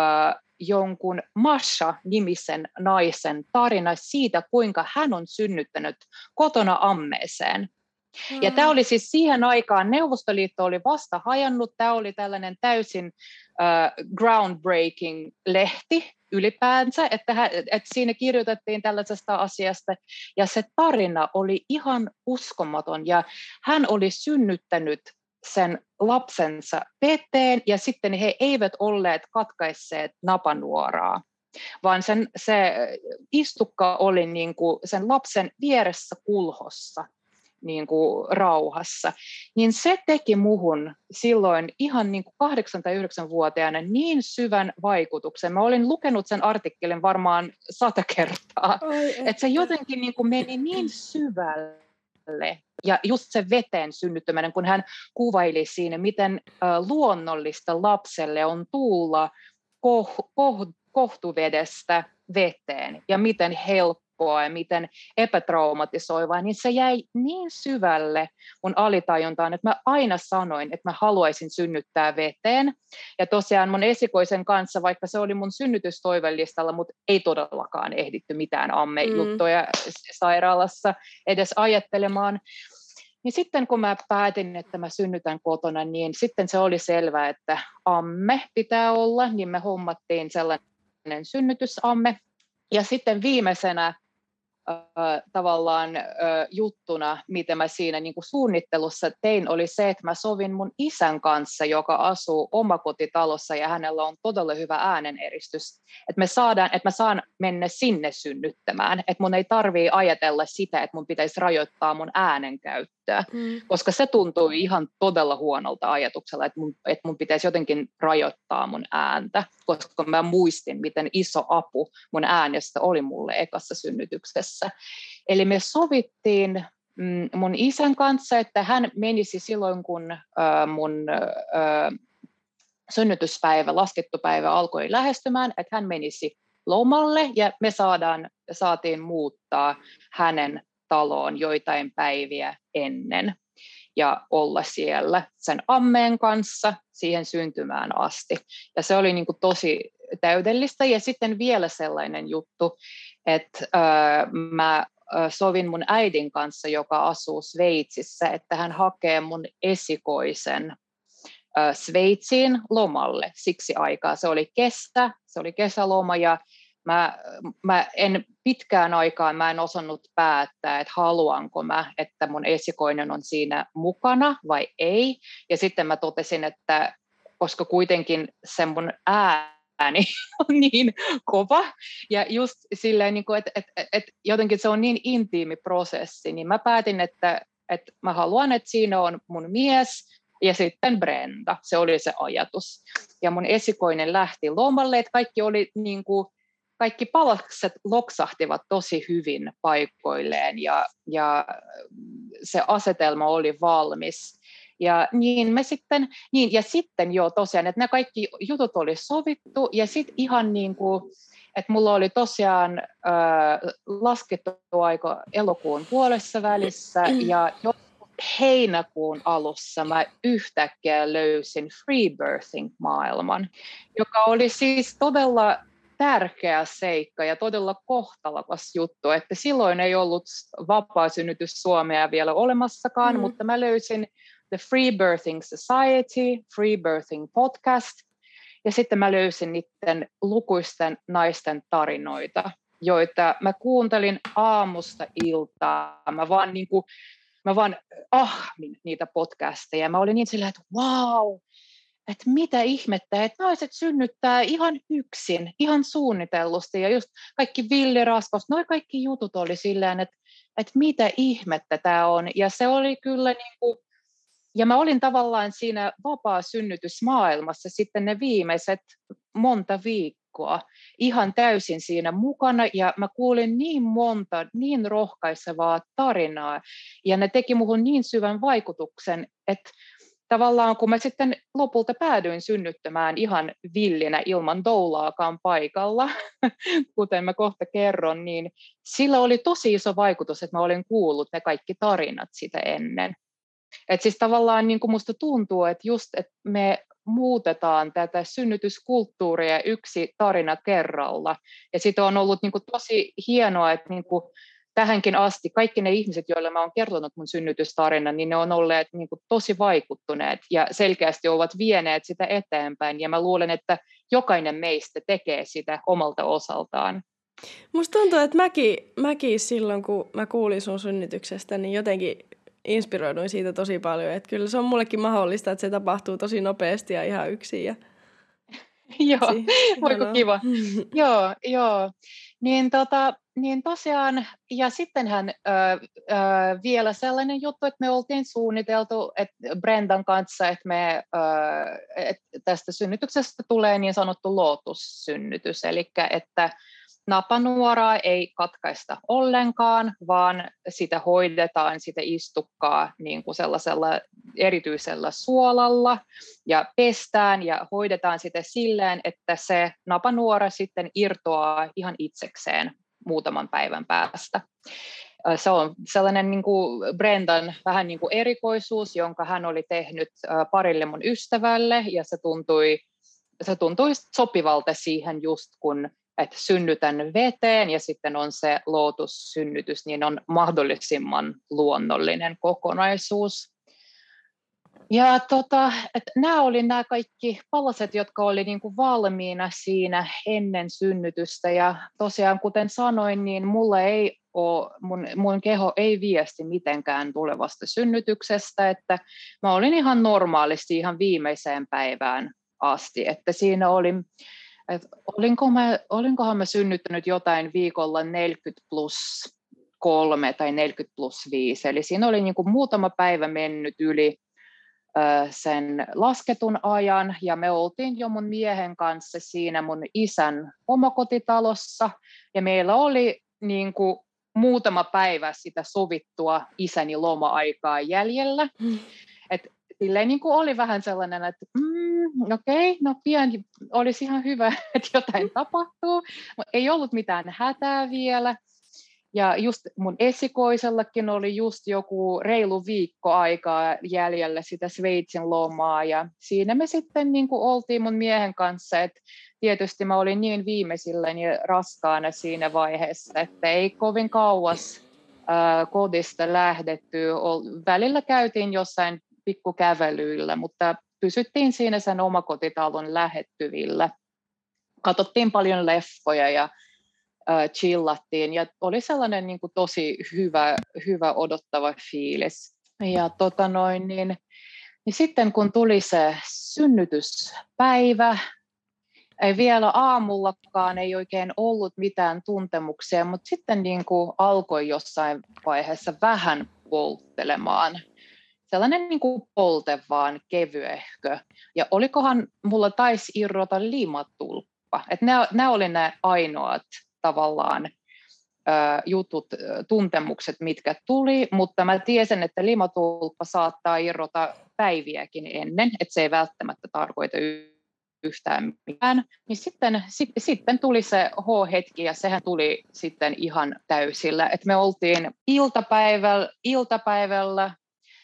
jonkun Masha-nimisen naisen tarina siitä, kuinka hän on synnyttänyt kotona ammeeseen. Mm. Ja tämä oli siis siihen aikaan, Neuvostoliitto oli vasta hajannut, tämä oli tällainen täysin uh, groundbreaking lehti ylipäänsä, että, hän, että siinä kirjoitettiin tällaisesta asiasta, ja se tarina oli ihan uskomaton, ja hän oli synnyttänyt sen lapsensa veteen, ja sitten he eivät olleet katkaisseet napanuoraa, vaan sen, se istukka oli niin kuin sen lapsen vieressä kulhossa, niin kuin rauhassa. Niin se teki muhun silloin ihan niin kuin kahdeksan- tai yhdeksänvuotiaana niin syvän vaikutuksen. Mä olin lukenut sen artikkelin varmaan sata kertaa, että se jotenkin niin kuin meni niin syvälle. Ja just se veteen synnyttäminen, kun hän kuvaili siinä, miten uh, luonnollista lapselle on tulla koh- koh- kohtuvedestä veteen ja miten helppoa ja miten epätraumatisoivaa, niin se jäi niin syvälle mun alitajuntaan, että mä aina sanoin, että mä haluaisin synnyttää veteen. Ja tosiaan mun esikoisen kanssa, vaikka se oli mun synnytystoivelistalla, mutta ei todellakaan ehditty mitään ammejuttuja mm. sairaalassa edes ajattelemaan. Niin sitten kun mä päätin, että mä synnytän kotona, niin sitten se oli selvää, että amme pitää olla, niin me hommattiin sellainen synnytysamme. Ja sitten viimeisenä äh, tavallaan äh, juttuna, mitä mä siinä niin kuin suunnittelussa tein, oli se, että mä sovin mun isän kanssa, joka asuu omakotitalossa ja hänellä on todella hyvä ääneneristys, että me saadaan, että mä saan mennä sinne synnyttämään, että mun ei tarvii ajatella sitä, että mun pitäisi rajoittaa mun äänenkäyttöä, mm. koska se tuntui ihan todella huonolta ajatuksella, että mun, että mun pitäisi jotenkin rajoittaa mun ääntä, koska mä muistin, miten iso apu mun äänestä oli mulle ekassa synnytyksessä. Eli me sovittiin mm, mun isän kanssa, että hän menisi silloin, kun äh, mun äh, synnytyspäivä, laskettu päivä alkoi lähestymään, että hän menisi lomalle ja me saadaan, saatiin muuttaa hänen taloon joitain päiviä ennen ja olla siellä sen ammeen kanssa siihen syntymään asti. Ja se oli niin kuin tosi täydellistä. Ja sitten vielä sellainen juttu, että äh, mä äh, sovin mun äidin kanssa, joka asuu Sveitsissä, että hän hakee mun esikoisen äh, Sveitsiin lomalle siksi aikaa. Se oli kesä, se oli kesäloma ja Mä, mä en pitkään aikaan mä en osannut päättää, että haluanko mä, että mun esikoinen on siinä mukana vai ei. Ja sitten mä totesin, että koska kuitenkin se mun ääni on niin kova ja just silleen, että et, et, et jotenkin se on niin intiimi prosessi, niin mä päätin, että, että mä haluan, että siinä on mun mies ja sitten Brenda. Se oli se ajatus. Ja mun esikoinen lähti lomalle, että kaikki oli niin kuin kaikki palakset loksahtivat tosi hyvin paikoilleen ja, ja se asetelma oli valmis. Ja niin me sitten, niin ja sitten jo tosiaan, että nämä kaikki jutut oli sovittu ja sitten ihan niin kuin, että mulla oli tosiaan äh, laskettu aika elokuun puolessa välissä ja jo heinäkuun alussa mä yhtäkkiä löysin freebirthing-maailman, joka oli siis todella tärkeä seikka ja todella kohtalokas juttu, että silloin ei ollut vapaasynnytys Suomea vielä olemassakaan, mm. mutta mä löysin The Free Birthing Society, Free Birthing Podcast, ja sitten mä löysin niiden lukuisten naisten tarinoita, joita mä kuuntelin aamusta iltaan. Mä vaan, niin kuin, mä vaan ahmin niitä podcasteja. Mä olin niin sillä, että wow, että mitä ihmettä, että naiset synnyttää ihan yksin, ihan suunnitellusti ja just kaikki villiraskaus, noi kaikki jutut oli silleen, että, että mitä ihmettä tämä on. Ja se oli kyllä niin kuin, ja mä olin tavallaan siinä vapaa-synnytysmaailmassa sitten ne viimeiset monta viikkoa ihan täysin siinä mukana ja mä kuulin niin monta, niin rohkaisevaa tarinaa ja ne teki muhun niin syvän vaikutuksen, että tavallaan kun mä sitten lopulta päädyin synnyttämään ihan villinä ilman doulaakaan paikalla, kuten mä kohta kerron, niin sillä oli tosi iso vaikutus, että mä olin kuullut ne kaikki tarinat sitä ennen. Et siis tavallaan niin kuin musta tuntuu, että just että me muutetaan tätä synnytyskulttuuria yksi tarina kerralla. Ja siitä on ollut niin kuin tosi hienoa, että niin kuin tähänkin asti kaikki ne ihmiset, joille mä oon kertonut mun synnytystarinan, niin ne on olleet niin kuin tosi vaikuttuneet ja selkeästi ovat vieneet sitä eteenpäin. Ja mä luulen, että jokainen meistä tekee sitä omalta osaltaan. Musta tuntuu, että mäkin, mäkin silloin, kun mä kuulin sun synnytyksestä, niin jotenkin inspiroiduin siitä tosi paljon. Että kyllä se on mullekin mahdollista, että se tapahtuu tosi nopeasti ja ihan yksin. Ja joo, voiko kiva. joo, joo. Niin, tota, niin tosiaan, ja sittenhän ö, ö, vielä sellainen juttu, että me oltiin suunniteltu että Brendan kanssa, että, me, ö, että tästä synnytyksestä tulee niin sanottu lootussynnytys, eli että napanuoraa ei katkaista ollenkaan, vaan sitä hoidetaan, sitä istukkaa niin kuin sellaisella erityisellä suolalla ja pestään ja hoidetaan sitä silleen, että se napanuora sitten irtoaa ihan itsekseen muutaman päivän päästä. Se on sellainen niin kuin Brendan vähän niin kuin erikoisuus, jonka hän oli tehnyt parille mun ystävälle ja se tuntui, se tuntui sopivalta siihen just kun että synnytän veteen ja sitten on se lootussynnytys, niin on mahdollisimman luonnollinen kokonaisuus. Ja tota, että nämä oli nämä kaikki palaset, jotka oli niin kuin valmiina siinä ennen synnytystä. Ja tosiaan, kuten sanoin, niin mulla ei ole, mun, mun keho ei viesti mitenkään tulevasta synnytyksestä, että mä olin ihan normaalisti ihan viimeiseen päivään asti, että siinä oli Et olinko mä, olinkohan mä synnyttänyt jotain viikolla neljäkymmentä plus kolme tai neljäkymmentä plus viisi, eli siinä oli niin kuin muutama päivä mennyt yli ö, sen lasketun ajan, ja me oltiin jo mun miehen kanssa siinä mun isän omakotitalossa, ja meillä oli niin kuin muutama päivä sitä sovittua isäni loma-aikaa jäljellä, mm. et silleen niin kuin oli vähän sellainen, että mm, okei, okay, no pian olisi ihan hyvä, että jotain tapahtuu, mutta ei ollut mitään hätää vielä. Ja just mun esikoisellakin oli just joku reilu viikko aikaa jäljellä sitä Sveitsin lomaa. Ja siinä me sitten niin kuin oltiin mun miehen kanssa, että tietysti mä olin niin viimeisilläni raskaana siinä vaiheessa, että ei kovin kauas ää, kodista lähdetty. Välillä käytiin jossain pikkukävelyillä, mutta pysyttiin siinä sen omakotitalon lähettyvillä. Katsottiin paljon leffoja ja äh, chillattiin ja oli sellainen niin kuin tosi hyvä, hyvä odottava fiilis. Ja tota noin, niin, niin sitten kun tuli se synnytyspäivä, ei vielä aamullakaan ei oikein ollut mitään tuntemuksia, mutta sitten niin kuin alkoi jossain vaiheessa vähän polttelemaan. Sellainen niin kuin polte vaan kevyehkö. Ja olikohan mulla taisi irrota limatulppa. Että nämä, nämä oli nämä ainoat tavallaan ä, jutut, tuntemukset, mitkä tuli, mutta mä tiesin, että limatulppa saattaa irrota päiviäkin ennen, että se ei välttämättä tarkoita yhtään mitään. Niin sitten, sit, sitten tuli se H-hetki ja sehän tuli sitten ihan täysillä. Että me oltiin iltapäivällä, iltapäivällä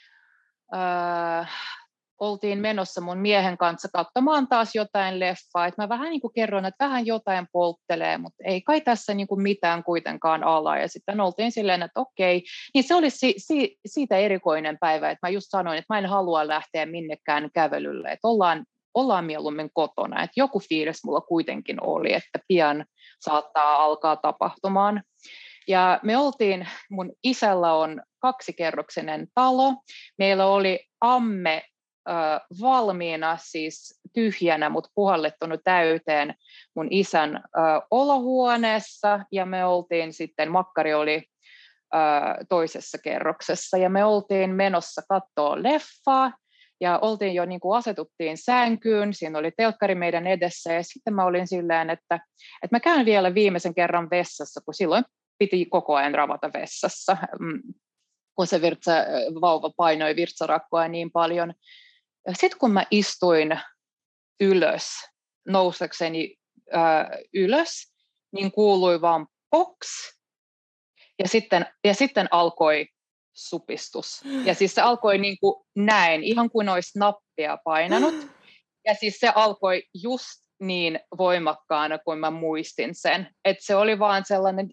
Äh, oltiin menossa mun miehen kanssa katsomaan taas jotain leffaa, että mä vähän niin kuin kerron, että vähän jotain polttelee, mutta ei kai tässä niin kuin mitään kuitenkaan ala, ja sitten oltiin silleen, että okei, niin se oli si- si- siitä erikoinen päivä, että mä just sanoin, että mä en halua lähteä minnekään kävelylle, että ollaan, ollaan mieluummin kotona, että joku fiilis mulla kuitenkin oli, että pian saattaa alkaa tapahtumaan. Ja me oltiin, mun isällä on kaksikerroksinen talo, meillä oli amme äh, valmiina, siis tyhjänä, mutta puhallettunut täyteen mun isän äh, olohuoneessa, ja me oltiin sitten, makkari oli äh, toisessa kerroksessa, ja me oltiin menossa katsoa leffaa, ja oltiin jo niin kuin asetuttiin sänkyyn, siinä oli telkkari meidän edessä, ja sitten mä olin silleen, että, että mä käyn vielä viimeisen kerran vessassa, kun silloin piti koko ajan ravata vessassa, kun se virtsa, vauva painoi virtsarakkoa niin paljon. Sitten kun mä istuin ylös, nousakseni äh, ylös, niin kuului vaan box, ja sitten, ja sitten alkoi supistus. Ja siis se alkoi niin kuin näin, ihan kuin olisi nappia painanut. Ja siis se alkoi just niin voimakkaana, kuin mä muistin sen. Että se oli vaan sellainen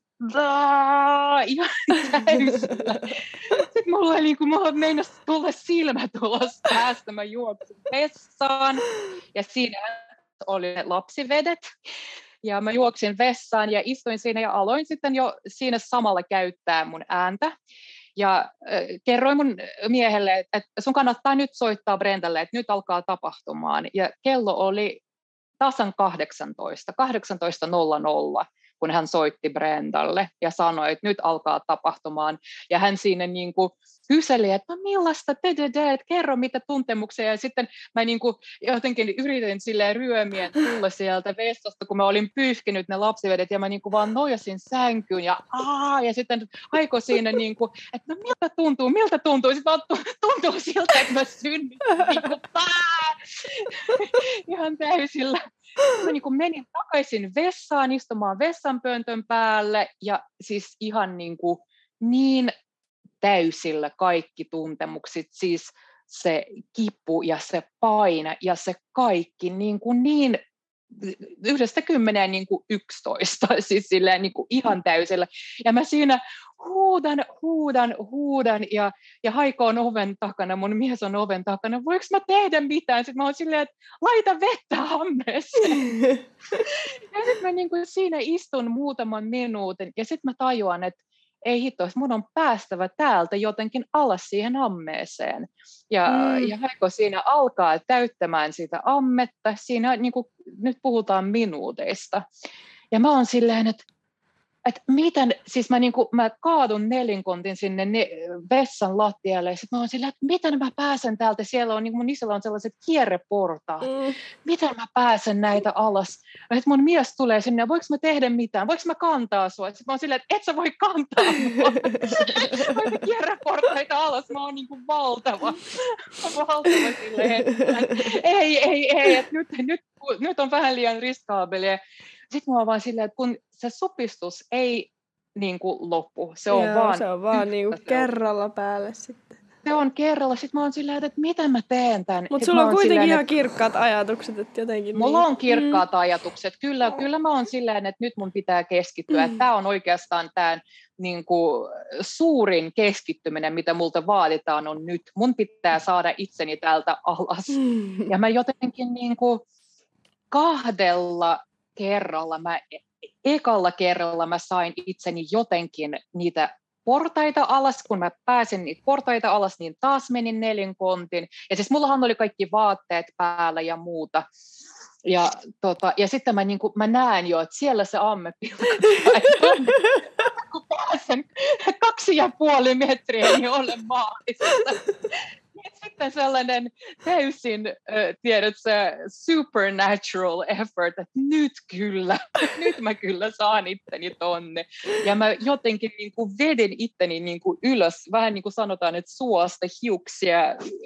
ihan täysillä. Sitten mulla oli niin kuin, mulla meinasi tulla silmät ulos päästä. Mä juoksin vessaan ja siinä oli lapsivedet. Ja mä juoksin vessaan ja istuin siinä ja aloin sitten jo siinä samalla käyttää mun ääntä. Ja äh, kerroin mun miehelle, että, että sun kannattaa nyt soittaa Brendalle, että nyt alkaa tapahtumaan. Ja kello oli tasan kahdeksantoista, kahdeksantoista nolla nolla, kun hän soitti Brendalle ja sanoi, että nyt alkaa tapahtumaan. Ja hän siinä niin kuin kyseli, että no millaista te, te, te, että kerro mitä tuntemuksia. Ja sitten mä niin kuin jotenkin yritin silleen ryömiä tulla sieltä vessasta, kun mä olin pyyhkinyt ne lapsivedet ja mä niin kuin vaan nojasin sänkyyn ja aah, ja sitten Haiko siinä niin kuin, että no miltä tuntuu, miltä tuntuu. Sitten tuntuu siltä, että mä synnytin niin kuin, ihan täysillä. Mä niin kuin menin takaisin vessaan istumaan vessanpöntön päälle ja siis ihan niin, kuin niin täysillä kaikki tuntemukset, siis se kipu ja se paine ja se kaikki niin, kuin niin yhdestä kymmeneen niin kuin yksitoista, siis silleen niin kuin ihan täysillä. Ja mä siinä huudan, huudan, huudan ja, ja Haiko on oven takana, mun mies on oven takana, voinko mä tehdä mitään? Sitten mä oon silleen, että laita vettä hammeeseen. Ja sitten mä niin kuin siinä istun muutaman minuutin ja sitten mä tajuan, että ei hitto, mun on päästävä täältä jotenkin alas siihen ammeeseen. Ja, mm. ja Haiko siinä alkaa täyttämään sitä ammetta. Siinä niin kuin, nyt puhutaan minuuteista. Ja mä oon silleen, että että miten, siis mä, niinku, mä kaadun nelinkontin sinne ne, vessan lattialle, ja sitten mä oon silleen, että miten mä pääsen täältä, siellä on, niin mun isällä on sellaiset kierreportaat, mm. miten mä pääsen näitä alas, että mun mies tulee sinne, voinko mä tehdä mitään, voinko mä kantaa sua, sitten mä oon silleen, että et sä voi kantaa mua, voin kierreportaita alas, mä oon niinku valtava, valtava silleen, että ei, ei, ei, että nyt, nyt, nyt on vähän liian riskaabelia. Sitten mä oon vaan silleen, että kun se supistus ei niin kuin loppu. Se on Joo, vaan, se on vaan niin kuin kerralla päälle sitten. Se on kerralla. Sitten mä oon silleen, että mitä mä teen tämän. Mutta Sitten sulla mä on oon kuitenkin silleen, ihan että kirkkaat ajatukset, että jotenkin mulla niin. on kirkkaat mm. ajatukset. Kyllä, kyllä mä oon silleen, että nyt mun pitää keskittyä. Mm. Tämä on oikeastaan tämä niin kuin, suurin keskittyminen, mitä multa vaaditaan, on nyt. Mun pitää saada itseni täältä alas. Mm. Ja mä jotenkin niin kuin, kahdella kerralla, mä, ekalla kerralla mä sain itseni jotenkin niitä portaita alas, kun mä pääsin niitä portaita alas, niin taas menin nelinkontin. Ja siis mullahan oli kaikki vaatteet päällä ja muuta. Ja, tota, ja sitten mä, niin kuin, mä näen jo, että siellä se amme pilkkaa. Kun pääsen kaksi ja puoli metriä, niin olen maalissa. Sitten sellainen täysin, äh, tiedätkö, supernatural effort, että nyt kyllä, nyt mä kyllä saan itteni tonne. Ja mä jotenkin niin kuin vedin itteni niin kuin ylös, vähän niin kuin sanotaan, että suosta hiuksia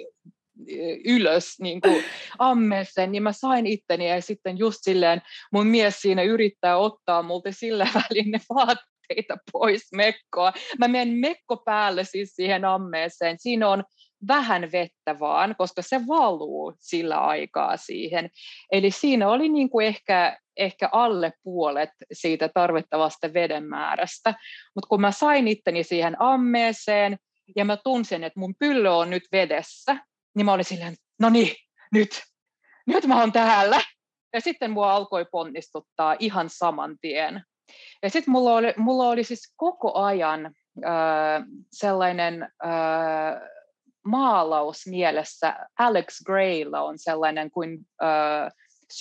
ylös niin kuin ammeeseen, niin mä sain itteni ja sitten just silleen mun mies siinä yrittää ottaa multa sillä välin ne vaatteita pois mekkoa. Mä menen mekko päälle siis siihen ammeeseen. Siinä on vähän vettä vaan, koska se valuu sillä aikaa siihen. Eli siinä oli niin kuin ehkä, ehkä alle puolet siitä tarvittavasta veden määrästä. Mutta kun mä sain itteni siihen ammeeseen ja mä tunsin, että mun pylly on nyt vedessä, niin mä olin silleen, no niin, nyt, nyt mä oon täällä. Ja sitten mua alkoi ponnistuttaa ihan saman tien. Ja sitten mulla oli, mulla oli siis koko ajan äh, sellainen äh, maalaus mielessä. Alex Graylla on sellainen kuin äh,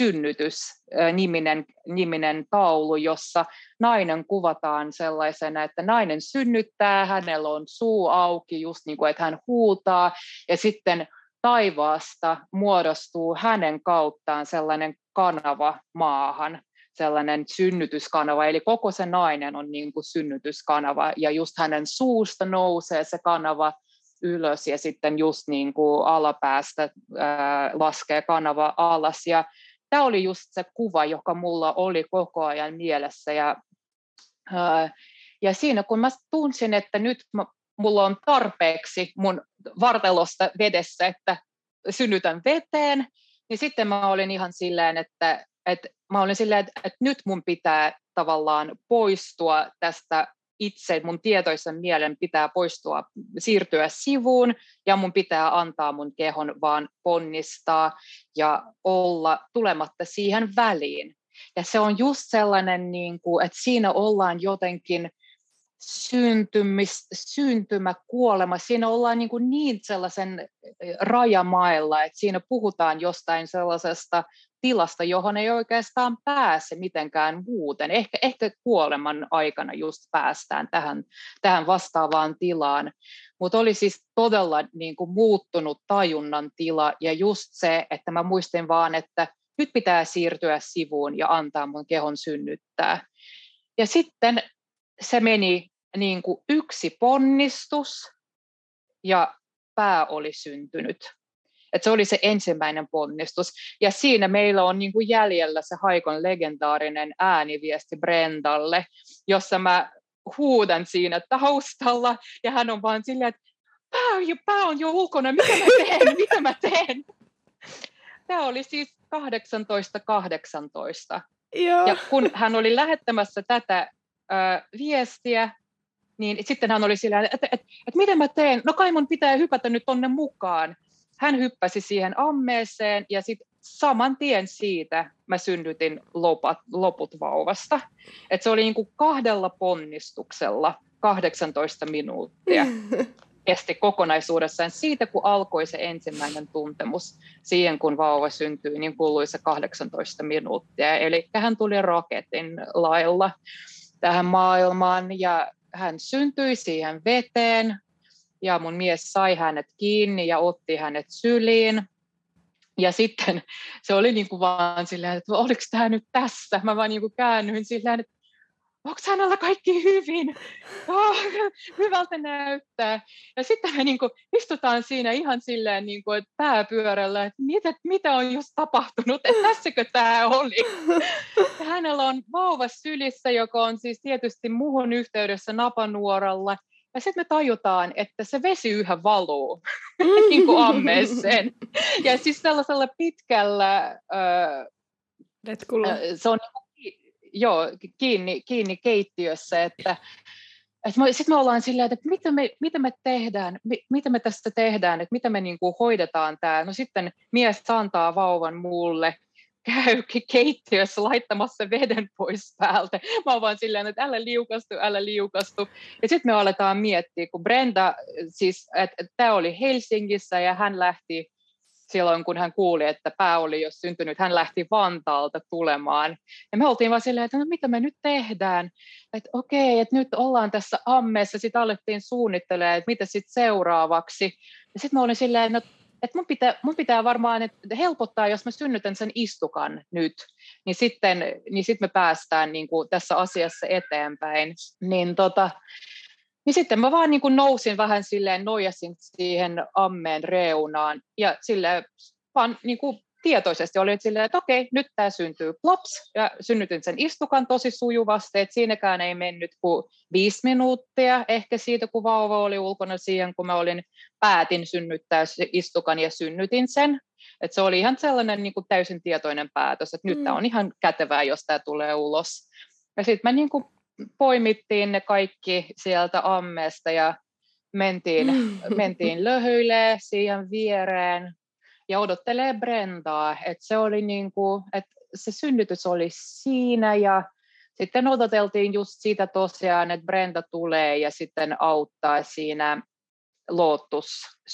synnytys-niminen niminen taulu, jossa nainen kuvataan sellaisena, että nainen synnyttää, hänellä on suu auki, just niin kuin, että hän huutaa, ja sitten taivaasta muodostuu hänen kauttaan sellainen kanava maahan, sellainen synnytyskanava, eli koko se nainen on niin kuin synnytyskanava, ja just hänen suusta nousee se kanava ylös, ja sitten just niin kuin alapäästä ää, laskee kanava alas, ja tämä oli just se kuva, joka mulla oli koko ajan mielessä, ja, ää, ja siinä kun mä tunsin, että nyt mä, mulla on tarpeeksi mun vartalosta vedessä, että synnytän veteen, niin sitten mä olin ihan silleen, että, että mä olin silleen, että, että nyt mun pitää tavallaan poistua tästä itse, mun tietoisen mielen pitää poistua, siirtyä sivuun, ja mun pitää antaa mun kehon vaan ponnistaa ja olla tulematta siihen väliin. Ja se on just sellainen, niin kuin, että siinä ollaan jotenkin syntymis, syntymä, kuolema, siinä ollaan niin, kuin niin sellaisen rajamailla, että siinä puhutaan jostain sellaisesta tilasta, johon ei oikeastaan pääse mitenkään muuten. Ehkä, ehkä kuoleman aikana just päästään tähän, tähän vastaavaan tilaan. Mutta oli siis todella niin kuin muuttunut tajunnan tila, ja just se, että mä muistin vaan, että nyt pitää siirtyä sivuun ja antaa mun kehon synnyttää. Ja sitten se meni niin kuin yksi ponnistus ja pää oli syntynyt. Et se oli se ensimmäinen ponnistus. Ja siinä meillä on niin kuin jäljellä se Haikon legendaarinen ääniviesti Brendalle, jossa mä huudan siinä taustalla ja hän on vaan silleen, että pää on jo, pää on jo ulkona, mitä mä teen, mitä mä teen. Tämä oli siis kahdeksantoista kahdeksantoista. Joo. Ja kun hän oli lähettämässä tätä viestiä, niin sitten hän oli sillä, että, että, että, että miten mä teen, no kai mun pitää hypätä nyt tonne mukaan. Hän hyppäsi siihen ammeeseen ja sitten saman tien siitä mä synnytin lopat, loput vauvasta. Et se oli niin kuin kahdella ponnistuksella kahdeksantoista minuuttia. Kesti kokonaisuudessaan siitä, kun alkoi se ensimmäinen tuntemus siihen, kun vauva syntyi, niin kului se kahdeksantoista minuuttia. Eli hän tuli raketin lailla tähän maailmaan ja hän syntyi siihen veteen ja mun mies sai hänet kiinni ja otti hänet syliin. Ja sitten se oli niin kuin vaan silleen, että oliko tämä nyt tässä? Mä vaan niin kuin käännyin silleen, että onko hänellä kaikki hyvin? Oh, hyvältä näyttää. Ja sitten me niin kuin istutaan siinä ihan silleen, niin kuin, että pääpyörällä, että mitä, mitä on just tapahtunut, että tässäkö tämä oli? Ja hänellä on vauva sylissä, joka on siis tietysti muuhun yhteydessä napanuoralla. Ja sitten me tajutaan, että se vesi yhä valuu niin kuin ammeeseen. Ja siis sellaisella pitkällä... Letkulla. Se on joo, kiinni, kiinni keittiössä, että, että sitten me ollaan silleen, että mitä me, mitä me tehdään, mi, mitä me tästä tehdään, että mitä me niin kuin hoidetaan tämä. No sitten mies antaa vauvan mulle, käy keittiössä laittamassa veden pois päältä. Mä oon vaan silleen, että älä liukastu, älä liukastu. Ja sitten me aletaan miettiä, kun Brenda, siis, että, että tämä oli Helsingissä ja hän lähti silloin, kun hän kuuli, että pää oli jo syntynyt, hän lähti Vantaalta tulemaan. Ja me oltiin vaan silleen, että no mitä me nyt tehdään? Että okei, että nyt ollaan tässä ammeessa, sitten alettiin suunnittelemaan, että mitä sitten seuraavaksi. Ja sitten mä olin silleen, no, että mun pitää, mun pitää varmaan että helpottaa, jos mä synnytän sen istukan nyt, niin sitten, niin sitten me päästään niin kuin tässä asiassa eteenpäin. Niin tota... Niin sitten mä vaan niin kuin nousin vähän silleen, nojasin siihen ammeen reunaan ja silleen vaan niin kuin tietoisesti olin silleen, että okei, nyt tämä syntyy plops ja synnytin sen istukan tosi sujuvasti, että siinäkään ei mennyt kuin viisi minuuttia ehkä siitä, kun vauva oli ulkona siihen, kun mä olin päätin synnyttää istukan ja synnytin sen. Että se oli ihan sellainen niin kuin täysin tietoinen päätös, että nyt mm. tämä on ihan kätevää, jos tämä tulee ulos. Ja sitten mä niin kuin poimittiin ne kaikki sieltä ammeesta ja mentiin, mentiin löhyilee siihen viereen ja odottelee Brendaa. Että se oli niin kuin, että se synnytys oli siinä ja sitten odoteltiin just siitä tosiaan, että Brenda tulee ja sitten auttaa siinä lootus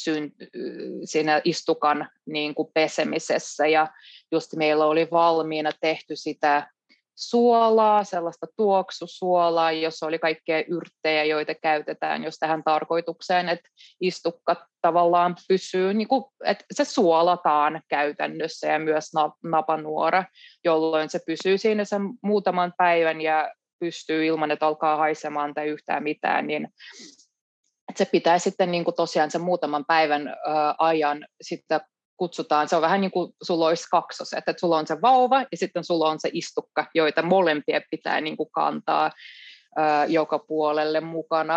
siinä istukan niin kuin pesemisessä ja just meillä oli valmiina tehty sitä suolaa, sellaista tuoksusuolaa, jossa oli kaikkea yrttejä, joita käytetään just tähän tarkoitukseen, että istukka tavallaan pysyy, niin kuin, että se suolataan käytännössä ja myös napanuora, jolloin se pysyy siinä sen muutaman päivän ja pystyy ilman, että alkaa haisemaan tai yhtään mitään, niin että se pitää sitten niin kuin tosiaan sen muutaman päivän ä, ajan sitten kutsutaan, se on vähän niin kuin sulla olisi kaksoset, että sulla on se vauva ja sitten sulla on se istukka, joita molempia pitää niin kuin kantaa ää, joka puolelle mukana.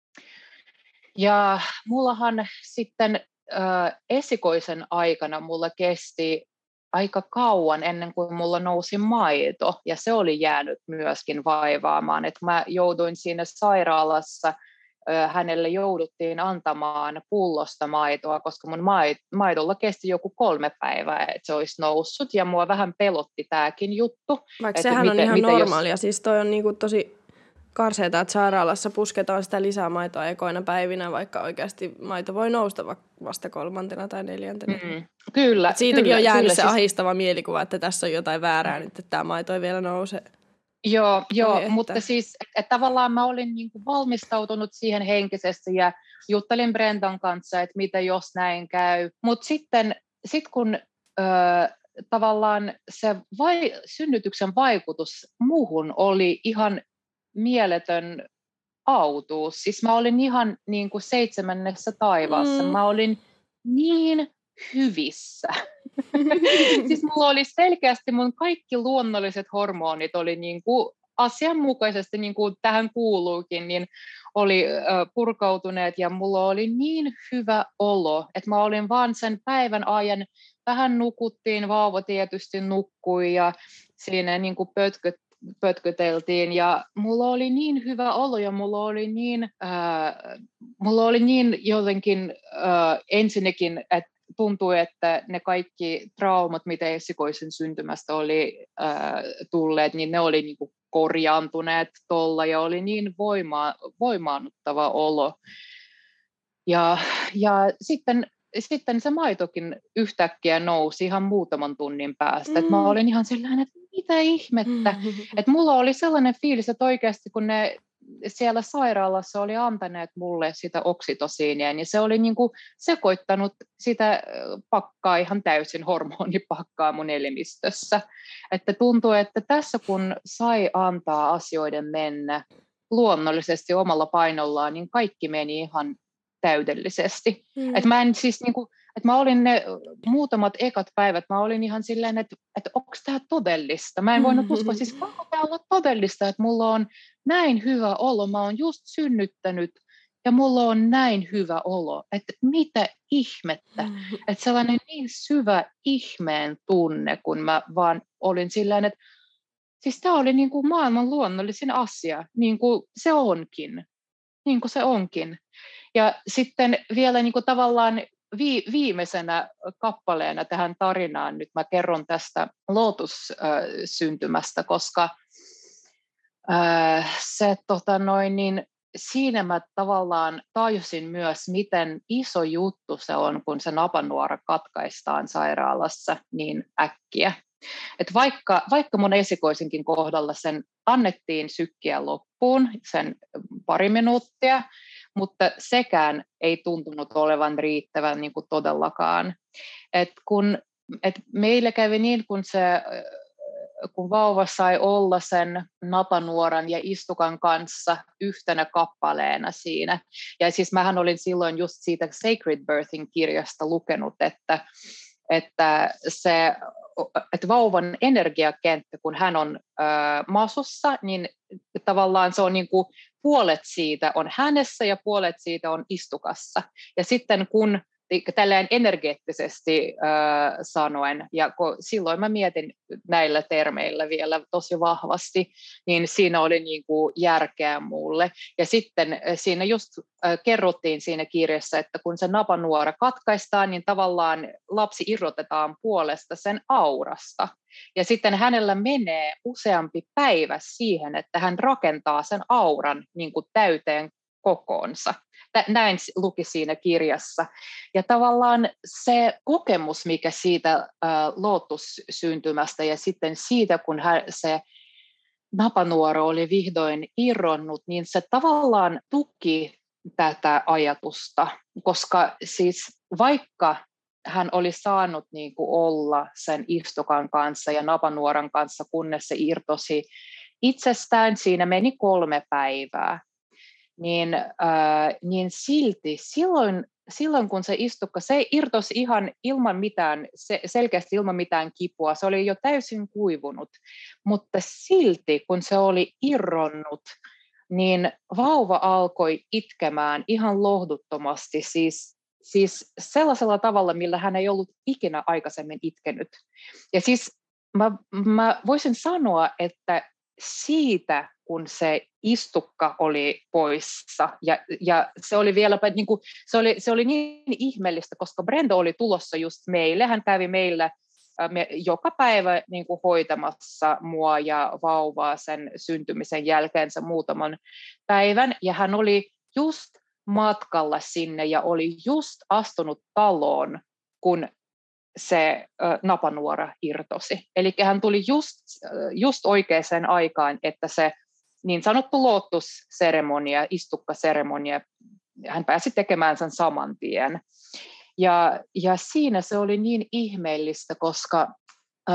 Ja mullahan sitten ää, esikoisen aikana mulla kesti aika kauan ennen kuin mulla nousi maito ja se oli jäänyt myöskin vaivaamaan, että mä jouduin siinä sairaalassa hänelle jouduttiin antamaan pullosta maitoa, koska mun maidolla kesti joku kolme päivää, että se olisi noussut, ja mua vähän pelotti tämäkin juttu. Vaikka sehän miten, on ihan miten normaalia, jos... siis toi on niinku tosi karseeta, että sairaalassa pusketaan sitä lisää maitoa ekoina päivinä, vaikka oikeasti maito voi nousta vasta kolmantena tai neljäntenä. Mm, kyllä. Et siitäkin kyllä, on jäänyt kyllä, se siis... ahistava mielikuva, että tässä on jotain väärää nyt, että tämä maito ei vielä nouse. Joo, joo Eli mutta että... siis että tavallaan mä olin niin kuin valmistautunut siihen henkisesti ja juttelin Brendan kanssa, että mitä jos näin käy. Mutta sitten sit kun ö, tavallaan se vai, synnytyksen vaikutus muuhun oli ihan mieletön autuus. Siis mä olin ihan niin kuin seitsemännessä taivaassa. Mm. Mä olin niin hyvissä. Siis mulla oli selkeästi mun kaikki luonnolliset hormonit oli niin kuin asianmukaisesti, niin kuin tähän kuuluukin, niin oli purkautuneet ja mulla oli niin hyvä olo, että mä olin vaan sen päivän ajan, vähän nukuttiin, vauva tietysti nukkui ja siinä niin kuin pötköt, pötköteltiin ja mulla oli niin hyvä olo ja mulla oli niin, äh, mulla oli niin jotenkin äh, ensinnäkin, että tuntui, että ne kaikki traumat, mitä esikoisen syntymästä oli äh, tulleet, niin ne oli niin kuin korjaantuneet tuolla ja oli niin voima, voimaannuttava olo. Ja, ja sitten, sitten se maitokin yhtäkkiä nousi ihan muutaman tunnin päästä. Mm. Et mä olin ihan sellainen, että mitä ihmettä. Mm. Et mulla oli sellainen fiilis, että oikeasti kun ne siellä sairaalassa oli antaneet mulle sitä oksitosiinia, niin se oli niin kuin sekoittanut sitä pakkaa ihan täysin, hormonipakkaa mun elimistössä. Että tuntuu, että tässä kun sai antaa asioiden mennä luonnollisesti omalla painollaan, niin kaikki meni ihan täydellisesti. Mm. Että mä en siis niin kuin, että mä olin ne muutamat ekat päivät, mä olin ihan silleen, että, että onko tämä todellista? Mä en voinut uskoa, siis voiko tämä olla todellista, että mulla on näin hyvä olo, mä oon just synnyttänyt ja mulla on näin hyvä olo, että mitä ihmettä, että sellainen niin syvä ihmeen tunne, kun mä vaan olin silleen, että siis tämä oli niin kuin maailman luonnollisin asia, niin kuin se onkin, niin kuin se onkin. Ja sitten vielä niin kuin tavallaan vi, viimeisenä kappaleena tähän tarinaan nyt mä kerron tästä Lotus-syntymästä, koska äh, se tota noin, niin siinä mä tavallaan tajusin myös, miten iso juttu se on, kun se napanuora katkaistaan sairaalassa niin äkkiä. Et vaikka, vaikka mun esikoisenkin kohdalla sen annettiin sykkiä loppuun, sen pari minuuttia, mutta sekään ei tuntunut olevan riittävän niin kuin todellakaan. Et kun, et meillä kävi niin, kun, se, kun vauva sai olla sen napanuoran ja istukan kanssa yhtenä kappaleena siinä. Ja siis mähän olin silloin just siitä Sacred Birthing -kirjasta lukenut, että, että se että vauvan energiakenttä, kun hän on ö, masussa, niin tavallaan se on niin kuin puolet siitä on hänessä ja puolet siitä on istukassa. Ja sitten kun tällään energeettisesti äh, sanoen, ja kun silloin mä mietin näillä termeillä vielä tosi vahvasti, niin siinä oli niin kuin järkeä mulle. Ja sitten siinä just äh, kerrottiin siinä kirjassa, että kun se napanuora katkaistaan, niin tavallaan lapsi irrotetaan puolesta sen aurasta. Ja sitten hänellä menee useampi päivä siihen, että hän rakentaa sen auran niin kuin täyteen kokoonsa. Näin luki siinä kirjassa. Ja tavallaan se kokemus, mikä siitä äh, Lotus-syntymästä ja sitten siitä, kun hän, se napanuora oli vihdoin irronnut, niin se tavallaan tuki tätä ajatusta, koska siis vaikka hän oli saanut niin kuin olla sen istukan kanssa ja napanuoran kanssa, kunnes se irtosi itsestään, siinä meni kolme päivää. Niin, äh, niin silti silloin, silloin, kun se istukka, se irtosi ihan ilman mitään, se, selkeästi ilman mitään kipua, se oli jo täysin kuivunut, mutta silti, kun se oli irronnut, niin vauva alkoi itkemään ihan lohduttomasti, siis, siis sellaisella tavalla, millä hän ei ollut ikinä aikaisemmin itkenyt. Ja siis mä, mä voisin sanoa, että siitä, kun se istukka oli poissa, ja, ja se oli vielä niin kuin, se oli, se oli niin ihmeellistä, koska Brenda oli tulossa just meille, hän kävi meillä me, joka päivä niin kuin hoitamassa mua ja vauvaa sen syntymisen jälkeensä muutaman päivän, ja hän oli just matkalla sinne ja oli just astunut taloon, kun se ö, napanuora irtosi. Eli hän tuli just, just oikeaan aikaan, että se niin sanottu Lotus-seremonia, istukkaseremonia, hän pääsi tekemään sen saman tien. Ja, ja siinä se oli niin ihmeellistä, koska ö,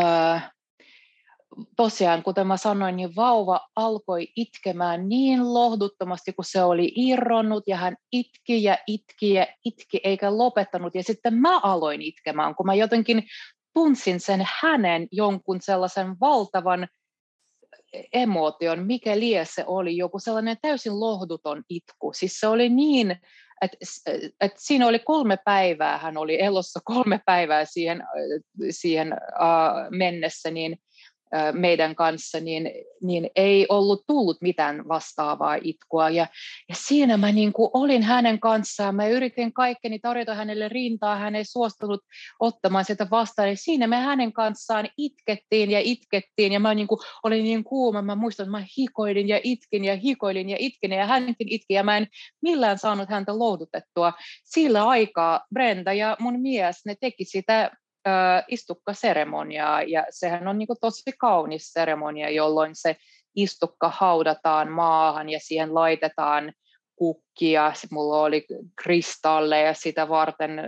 tosiaan, kuten mä sanoin, niin vauva alkoi itkemään niin lohduttomasti, kun se oli irronnut, ja hän itki ja itki ja itki, eikä lopettanut. Ja sitten mä aloin itkemään, kun mä jotenkin tunsin sen hänen jonkun sellaisen valtavan emootion, mikä lie se oli, joku sellainen täysin lohduton itku. Siis se oli niin, että et siinä oli kolme päivää, hän oli elossa kolme päivää siihen, siihen uh, mennessä, niin meidän kanssa, niin, niin ei ollut tullut mitään vastaavaa itkua. Ja, ja siinä mä niin kuin olin hänen kanssaan, mä yritin kaikkeni tarjota hänelle rintaa, hän ei suostunut ottamaan sitä vastaan. Ja siinä me hänen kanssaan itkettiin ja itkettiin, ja mä niin kuin olin niin kuuma, mä muistan, että mä hikoilin ja itkin ja hikoilin ja itkin, ja hänkin itki, ja mä en millään saanut häntä lohdutettua. Sillä aikaa Brenda ja mun mies, ne teki sitä istukkaseremoniaa, ja sehän on niin kuin tosi kaunis seremonia, jolloin se istukka haudataan maahan ja siihen laitetaan kukkia. Sitten mulla oli kristalleja sitä varten äh,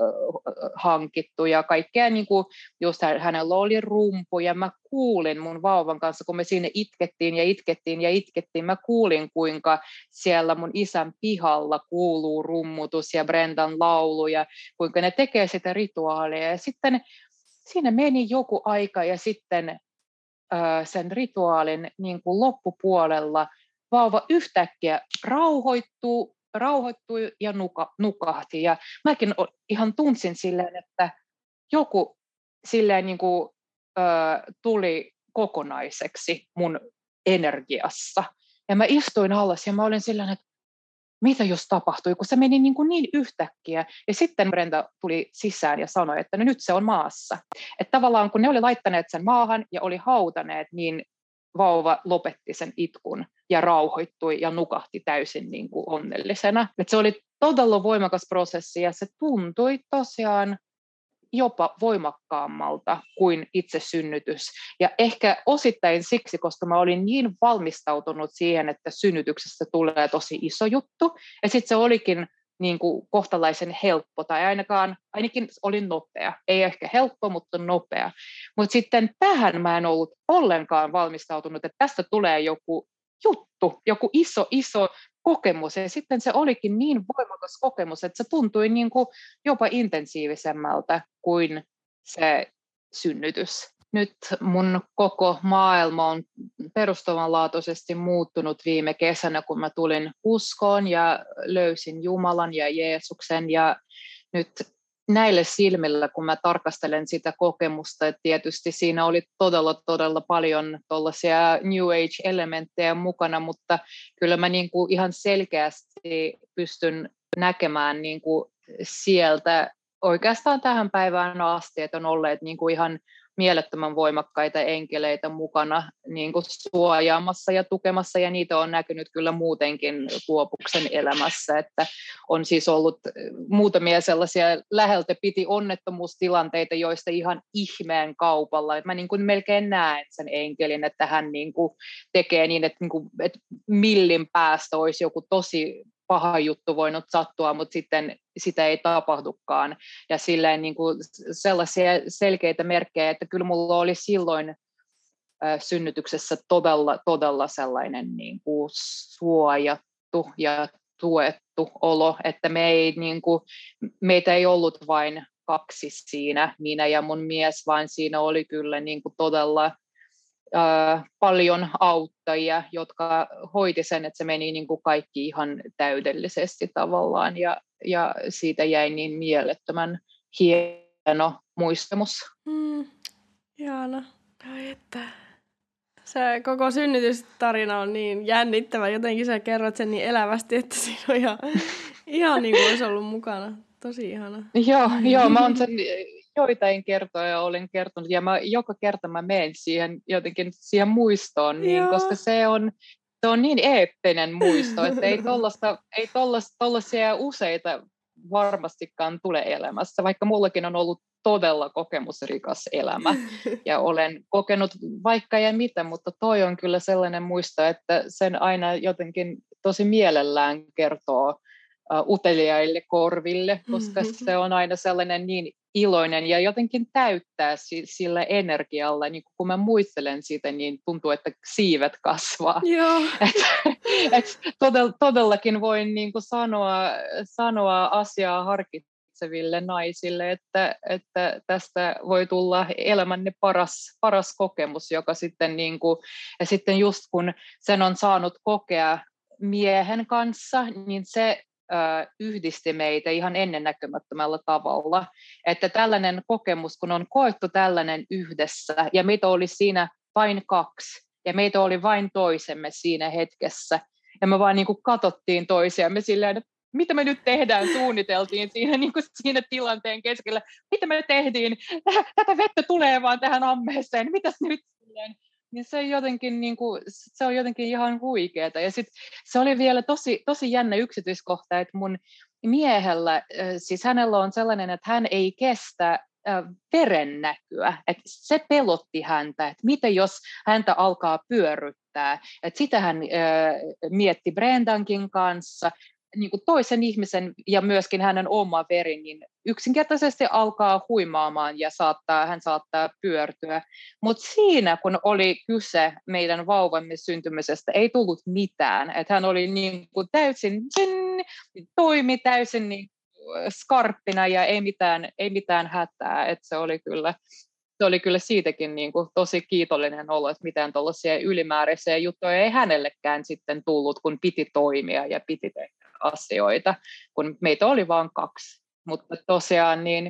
hankittu ja kaikkea, niin kuin just hänellä oli rumpu ja mä kuulin mun vauvan kanssa, kun me siinä itkettiin ja itkettiin ja itkettiin, mä kuulin kuinka siellä mun isän pihalla kuuluu rummutus ja Brendan laulu ja kuinka ne tekee sitä rituaalia ja sitten siinä meni joku aika ja sitten äh, sen rituaalin niin kuin loppupuolella vauva yhtäkkiä rauhoittuu, rauhoittui ja nuka, nukahti. Ja mäkin ihan tunsin silleen, että joku silleen niin kuin, ö, tuli kokonaiseksi mun energiassa. Ja mä istuin alas ja mä olin silleen, että mitä just tapahtui, kun se meni niin, kuin niin yhtäkkiä. Ja sitten Brenda tuli sisään ja sanoi, että no nyt se on maassa. Että tavallaan kun ne oli laittaneet sen maahan ja oli hautaneet, niin vauva lopetti sen itkun ja rauhoittui ja nukahti täysin niin kuin onnellisena. Et se oli todella voimakas prosessi ja se tuntui tosiaan jopa voimakkaammalta kuin itse synnytys. Ja ehkä osittain siksi, koska mä olin niin valmistautunut siihen, että synnytyksestä tulee tosi iso juttu. Ja sitten se olikin niin kuin kohtalaisen helppo, tai ainakaan, ainakin oli nopea. Ei ehkä helppo, mutta nopea. Mutta sitten tähän mä en ollut ollenkaan valmistautunut, että tästä tulee joku juttu, joku iso, iso kokemus. Ja sitten se olikin niin voimakas kokemus, että se tuntui niin kuin jopa intensiivisemmältä kuin se synnytys. Nyt mun koko maailma on perustavanlaatuisesti muuttunut viime kesänä, kun mä tulin uskoon ja löysin Jumalan ja Jeesuksen. Ja nyt näillä silmillä, kun mä tarkastelen sitä kokemusta, että tietysti siinä oli todella, todella paljon tuollaisia New Age-elementtejä mukana, mutta kyllä mä niin kuin ihan selkeästi pystyn näkemään niin kuin sieltä oikeastaan tähän päivään asti, että on olleet niin kuin ihan mielettömän voimakkaita enkeleitä mukana niin kuin suojaamassa ja tukemassa, ja niitä on näkynyt kyllä muutenkin Kuopuksen elämässä, että on siis ollut muutamia sellaisia läheltä piti onnettomuustilanteita, joista ihan ihmeen kaupalla, että mä niin kuin melkein näen sen enkelin, että hän niin kuin tekee niin, että, niin kuin, että millin päästä olisi joku tosi paha juttu voinut sattua, mutta sitten sitä ei tapahdukaan. Ja silleen niin kuin sellaisia selkeitä merkkejä, että kyllä mulla oli silloin äh, synnytyksessä todella, todella sellainen niin kuin suojattu ja tuettu olo, että me ei, niin kuin, meitä ei ollut vain kaksi siinä, minä ja mun mies, vaan siinä oli kyllä niin kuin todella Äh, paljon auttajia, jotka hoiti sen, että se meni niin kuin kaikki ihan täydellisesti tavallaan, ja, ja siitä jäi niin mielettömän hieno muistamus. Mm, ihana. Ai että. Se koko synnytystarina on niin jännittävä. Jotenkin sä kerrot sen niin elävästi, että siinä on ihan, ihan niin kuin olisi ollut mukana. Tosi ihana. Joo, joo, mä oon sen joitain kertoja olen kertonut, ja mä, joka kerta mä menen siihen jotenkin siihen muistoon, niin, koska se on, se on niin eeppinen muisto, että ei tollaista, ei tollaisia useita varmastikaan tule elämässä, vaikka mullakin on ollut todella kokemusrikas elämä, ja olen kokenut vaikka ja mitä, mutta toi on kyllä sellainen muisto, että sen aina jotenkin tosi mielellään kertoo uh, uteliaille korville, koska mm-hmm. se on aina sellainen niin iloinen ja jotenkin täyttää sillä energialla, niin kun mä muistelen siitä, niin tuntuu, että siivet kasvaa. Joo. Et, et todell, todellakin voin niin kuin sanoa, sanoa asiaa harkitseville naisille, että, että tästä voi tulla elämänne paras, paras kokemus, joka sitten, niin kuin, ja sitten just kun sen on saanut kokea miehen kanssa, niin se yhdisti meitä ihan ennennäkemättömällä tavalla, että tällainen kokemus, kun on koettu tällainen yhdessä, ja meitä oli siinä vain kaksi, ja meitä oli vain toisemme siinä hetkessä, ja me vaan niin kuin katsottiin toisiamme silleen, että mitä me nyt tehdään, suunniteltiin siinä, niin kuin siinä tilanteen keskellä, mitä me tehtiin, tätä vettä tulee vaan tähän ammeeseen, mitäs nyt silleen. Niin se, jotenkin, niin kuin, se on jotenkin ihan huikeeta. Ja sit se oli vielä tosi, tosi jännä yksityiskohta, että mun miehellä, siis hänellä on sellainen, että hän ei kestä veren näkyä. Että se pelotti häntä, että mitä jos häntä alkaa pyörryttää hätää. Et sitä hän äh, mietti Brendankin kanssa, niin kuin toisen ihmisen ja myöskin hänen oma veri, niin yksinkertaisesti alkaa huimaamaan ja saattaa, hän saattaa pyörtyä. Mutta siinä, kun oli kyse meidän vauvamme syntymisestä, ei tullut mitään. Et hän oli niin kuin täysin, toimi täysin niin skarppina ja ei mitään, ei mitään hätää. Et se oli kyllä... Se oli kyllä siitäkin niin kuin tosi kiitollinen olo, että mitään tuollaisia ylimääräisiä juttuja ei hänellekään sitten tullut, kun piti toimia ja piti tehdä asioita, kun meitä oli vain kaksi. Mutta tosiaan niin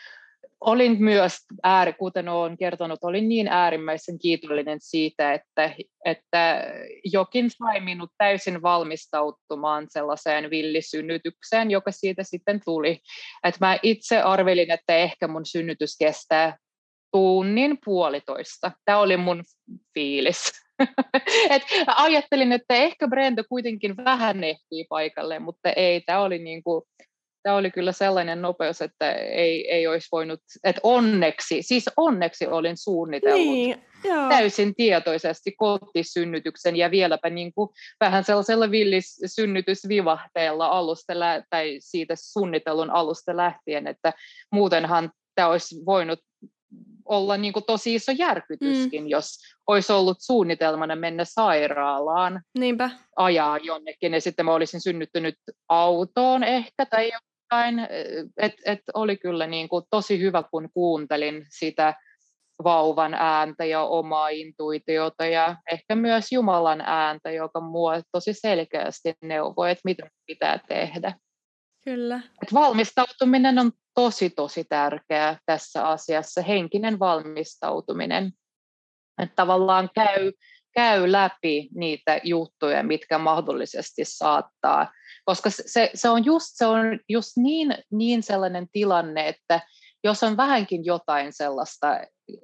olin myös, ääri, kuten olen kertonut, olin niin äärimmäisen kiitollinen siitä, että, että jokin sai minut täysin valmistautumaan sellaiseen villisynnytykseen, joka siitä sitten tuli. Että mä itse arvelin, että ehkä mun synnytys kestää tunnin puolitoista. Tämä oli mun fiilis. Et ajattelin, että ehkä Brenda kuitenkin vähän ehtii paikalle, mutta ei, tämä oli, niinku, tämä oli kyllä sellainen nopeus, että ei, ei olisi voinut, että onneksi, siis onneksi olin suunnitellut Niin, joo. täysin tietoisesti kotisynnytyksen ja vieläpä niinku vähän sellaisella villisynnytysvivahteella alusta lä- tai siitä suunnitellun alusta lähtien, että muutenhan tämä olisi voinut olla niin kuin tosi iso järkytyskin, mm. jos olisi ollut suunnitelmana mennä sairaalaan, Niinpä. ajaa jonnekin, ja sitten mä olisin synnyttänyt autoon ehkä tai jotain. Että et oli kyllä niin kuin tosi hyvä, kun kuuntelin sitä vauvan ääntä ja omaa intuitiota ja ehkä myös Jumalan ääntä, joka mua tosi selkeästi neuvoi, että mitä pitää tehdä. Kyllä. Et valmistautuminen on tosi, tosi tärkeää tässä asiassa, henkinen valmistautuminen. Että tavallaan käy, käy läpi niitä juttuja, mitkä mahdollisesti saattaa. Koska se, se on just, se on just niin, niin sellainen tilanne, että jos on vähänkin jotain sellaista,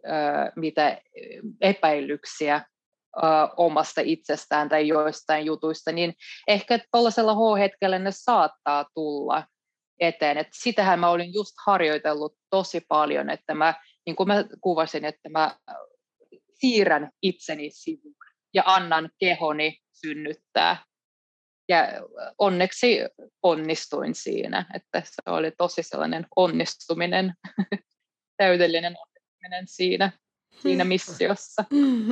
mitä epäilyksiä omasta itsestään tai joistain jutuista, niin ehkä tuollaisella H-hetkellä ne saattaa tulla eteen. Et sitähän mä olin just harjoitellut tosi paljon, että mä, niin kuin mä kuvasin, että mä siirrän itseni sivuun ja annan kehoni synnyttää. Ja onneksi onnistuin siinä, että se oli tosi sellainen onnistuminen, täydellinen onnistuminen siinä. siinä missiossa.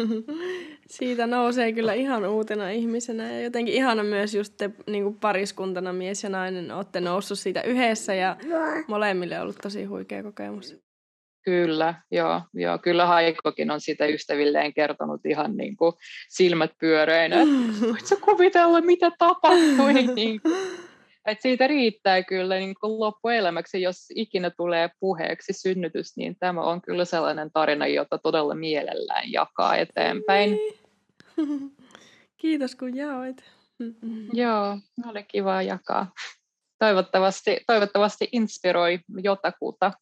Siitä nousee kyllä ihan uutena ihmisenä ja jotenkin ihana myös just te niin kuin pariskuntana, mies ja nainen, olette noussut siitä yhdessä ja molemmille on ollut tosi huikea kokemus. Kyllä, joo, joo. Kyllä Haikokin on sitä ystävilleen kertonut ihan niin kuin silmät pyöreinä. Voitko kuvitella, mitä tapahtui? Niin kuin. Et siitä riittää kyllä niin kuin loppuelämäksi, jos ikinä tulee puheeksi synnytys, niin tämä on kyllä sellainen tarina, jota todella mielellään jakaa eteenpäin. Kiitos kun jaoit. Joo, oli kiva jakaa. Toivottavasti, toivottavasti inspiroi jotakuta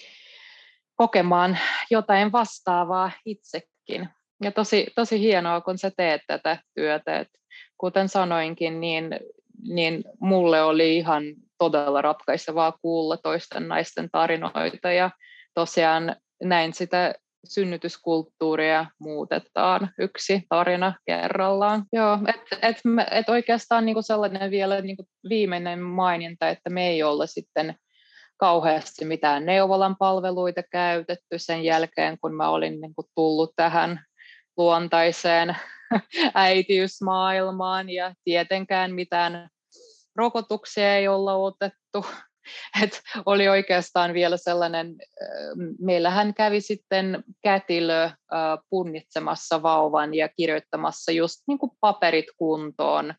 kokemaan jotain vastaavaa itsekin. Ja tosi, tosi hienoa, kun sä teet tätä työtä. Et kuten sanoinkin, niin niin mulle oli ihan todella ratkaisevaa kuulla toisten naisten tarinoita ja tosiaan näin sitä synnytyskulttuuria muutetaan yksi tarina kerrallaan. Joo, et, et, et oikeastaan niinku sellainen vielä niinku viimeinen maininta, että me ei olla sitten kauheasti mitään neuvolan palveluita käytetty sen jälkeen, kun mä olin niinku tullut tähän luontaiseen äitiysmaailmaan ja tietenkään mitään rokotuksia ei olla otettu. Et oli oikeastaan vielä sellainen, meillähän kävi sitten kätilö punnitsemassa vauvan ja kirjoittamassa just niin kuin paperit kuntoon.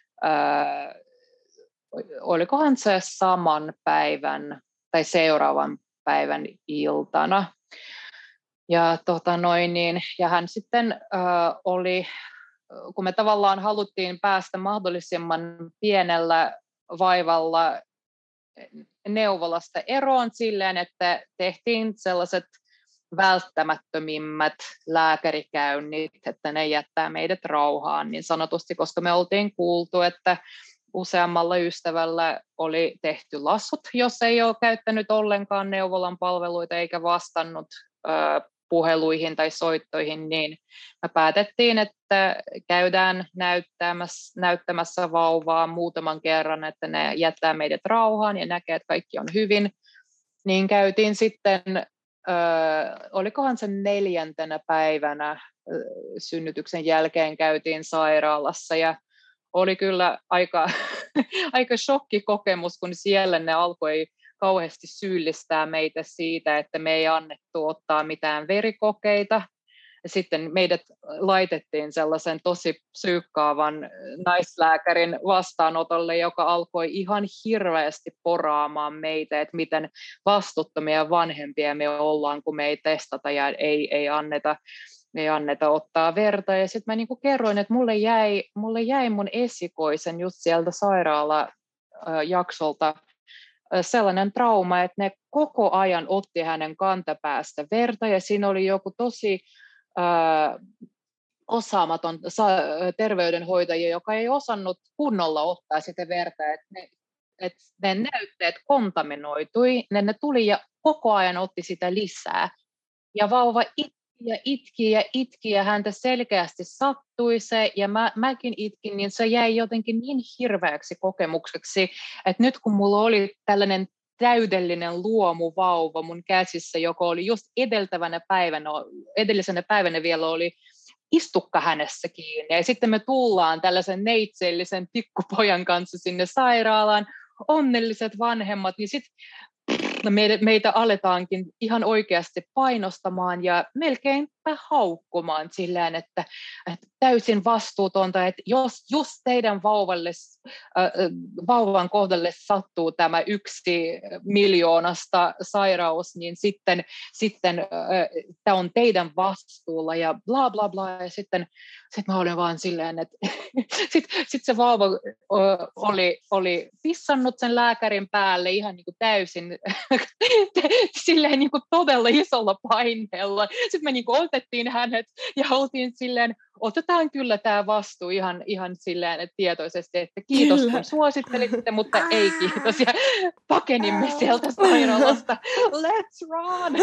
Olikohan se saman päivän tai seuraavan päivän iltana. Ja, tota noin, niin, ja hän sitten äh, oli, kun me tavallaan haluttiin päästä mahdollisimman pienellä vaivalla neuvolasta eroon silleen, että tehtiin sellaiset välttämättömimmät lääkärikäynnit, että ne jättää meidät rauhaan niin sanotusti, koska me oltiin kuultu, että useammalla ystävällä oli tehty lassut, jos ei ole käyttänyt ollenkaan neuvolan palveluita eikä vastannut ö, puheluihin tai soittoihin, niin me päätettiin, että käydään näyttämässä, näyttämässä vauvaa muutaman kerran, että ne jättää meidät rauhaan ja näkee, että kaikki on hyvin. Niin käytiin sitten, ö, olikohan se neljäntenä päivänä ö, synnytyksen jälkeen käytiin sairaalassa ja oli kyllä aika, aika shokkikokemus, kun siellä ne alkoi kauheasti syyllistää meitä siitä, että me ei annettu ottaa mitään verikokeita. Sitten meidät laitettiin sellaisen tosi psyykkaavan naislääkärin vastaanotolle, joka alkoi ihan hirveästi poraamaan meitä, että miten vastuuttomia vanhempia me ollaan, kun me ei testata ja ei, ei, anneta, ei anneta ottaa verta. Ja sitten mä niin kuin kerroin, että mulle jäi, mulle jäi mun esikoisen just sieltä sairaalajaksolta sellainen trauma, että ne koko ajan otti hänen kantapäästä verta ja siinä oli joku tosi äh, osaamaton terveydenhoitaja, joka ei osannut kunnolla ottaa sitä verta, että ne, et ne näytteet kontaminoitui, ne, ne tuli ja koko ajan otti sitä lisää ja vauva itki ja itki ja itki ja häntä selkeästi sattui se ja mä, mäkin itkin, niin se jäi jotenkin niin hirveäksi kokemukseksi, että nyt kun mulla oli tällainen täydellinen luomuvauva mun käsissä, joka oli just edeltävänä päivänä, edellisenä päivänä vielä oli istukka hänessä kiinni ja sitten me tullaan tällaisen neitsellisen pikkupojan kanssa sinne sairaalaan, onnelliset vanhemmat, niin sitten meitä, meitä aletaankin ihan oikeasti painostamaan ja melkeinpä haukkumaan silleen, että, että täysin vastuutonta, että jos just teidän vauvalle, äh, vauvan kohdalle sattuu tämä yksi miljoonasta sairaus, niin sitten, sitten äh, tämä on teidän vastuulla ja bla bla bla. Ja sitten sit mä olin vaan silleen, että sitten sit se vauva äh, oli, oli pissannut sen lääkärin päälle ihan niin kuin täysin silleen niin kuin todella isolla paineella. Sitten me niin kuin otettiin hänet ja oltiin silleen, otetaan kyllä tämä vastuu ihan, ihan silleen, että tietoisesti, että kiitos kyllä, kun suosittelitte, mutta ei kiitos. Ja pakenimme sieltä sairaalasta. Let's run!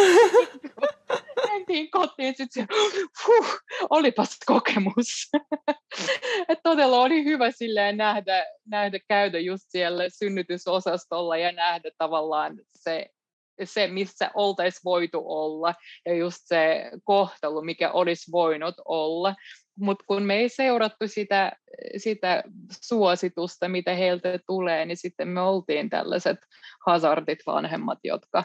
Mentiin kotiin, sitten huh, olipas kokemus. Et todella oli hyvä silleen nähdä, nähdä käydä just siellä synnytysosastolla ja nähdä tavallaan se, se, missä oltaisiin voitu olla ja just se kohtelu, mikä olisi voinut olla. Mutta kun me ei seurattu sitä, sitä suositusta, mitä heiltä tulee, niin sitten me oltiin tällaiset hazardit vanhemmat, jotka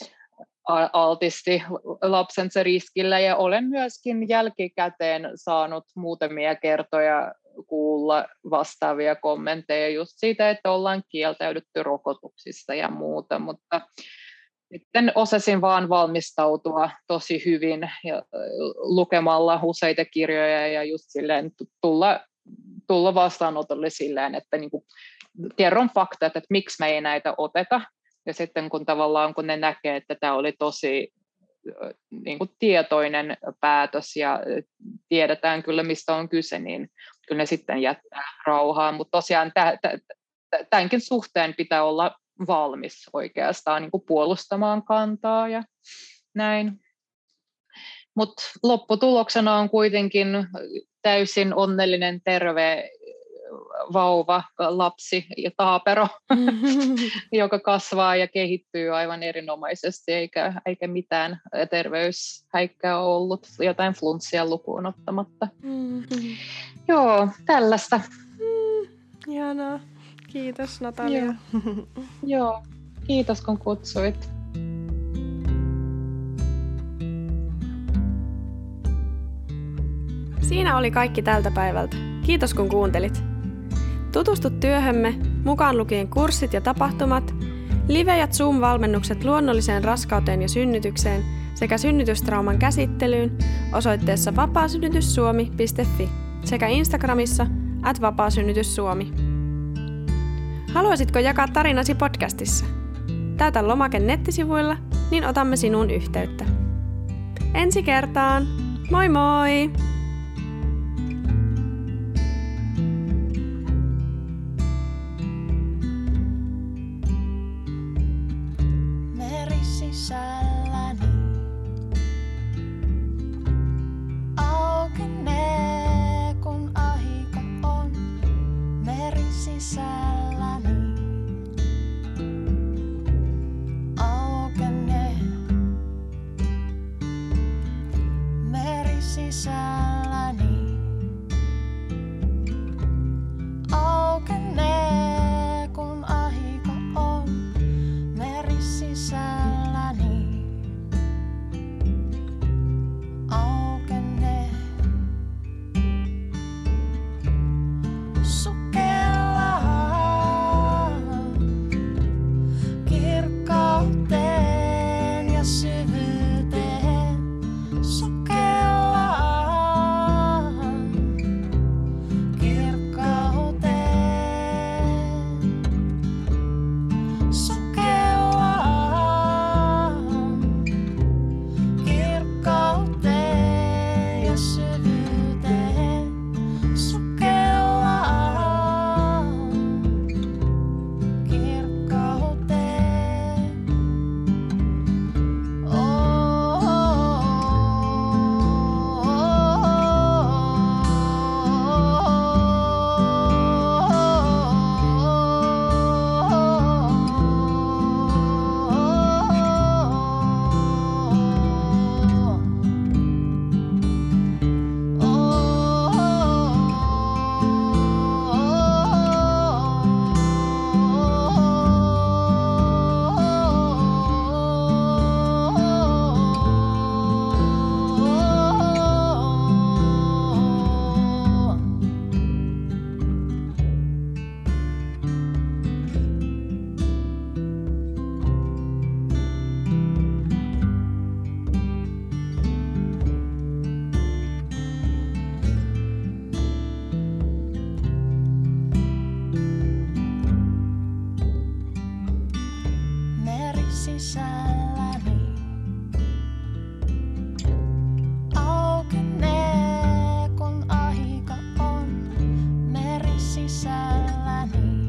altisti lapsensa riskillä. Ja olen myöskin jälkikäteen saanut muutamia kertoja kuulla vastaavia kommentteja just siitä, että ollaan kieltäydytty rokotuksista ja muuta, mutta sitten osasin vaan valmistautua tosi hyvin ja lukemalla useita kirjoja ja just silleen tulla, tulla vastaanotolle silleen, että niin kuin kerron faktat, että miksi me ei näitä oteta. Ja sitten kun tavallaan kun ne näkee, että tämä oli tosi niin kuin tietoinen päätös ja tiedetään kyllä mistä on kyse, niin kyllä ne sitten jättää rauhaan. Mutta tosiaan tämänkin suhteen pitää olla valmis oikeastaan niin kuin puolustamaan kantaa ja näin. Mutta lopputuloksena on kuitenkin täysin onnellinen, terve vauva, lapsi ja taapero, joka kasvaa ja kehittyy aivan erinomaisesti, eikä, eikä mitään terveyshäikkää ollut, jotain flunssia lukuun ottamatta. Mm-hmm. Joo, tällaista. Mm, ihanaa. Kiitos Natalia. Joo. Joo, kiitos kun kutsuit. Siinä oli kaikki tältä päivältä. Kiitos kun kuuntelit. Tutustu työhömme, mukaan lukien kurssit ja tapahtumat, live- ja Zoom-valmennukset luonnolliseen raskauteen ja synnytykseen sekä synnytystrauman käsittelyyn osoitteessa vapaasynnytyssuomi piste fi sekä Instagramissa at vapaasynnytyssuomi. Haluaisitko jakaa tarinasi podcastissa? Täytä lomake nettisivuilla, niin otamme sinuun yhteyttä. Ensi kertaan! Moi moi! Merisisälläni sisälläni aukenee. Meri sisälläni aukenee, kun aika on. Meri sisälläni aukenee. Sukellaan kirkkauteen ja syvyyteen. Sukellaan kirkkauteen. Sukellaan kirkkauteen ja syvyyteen. Sukellaan kirkkauteen. Meri sisälläni aukenee, kun aika on. Meri sisälläni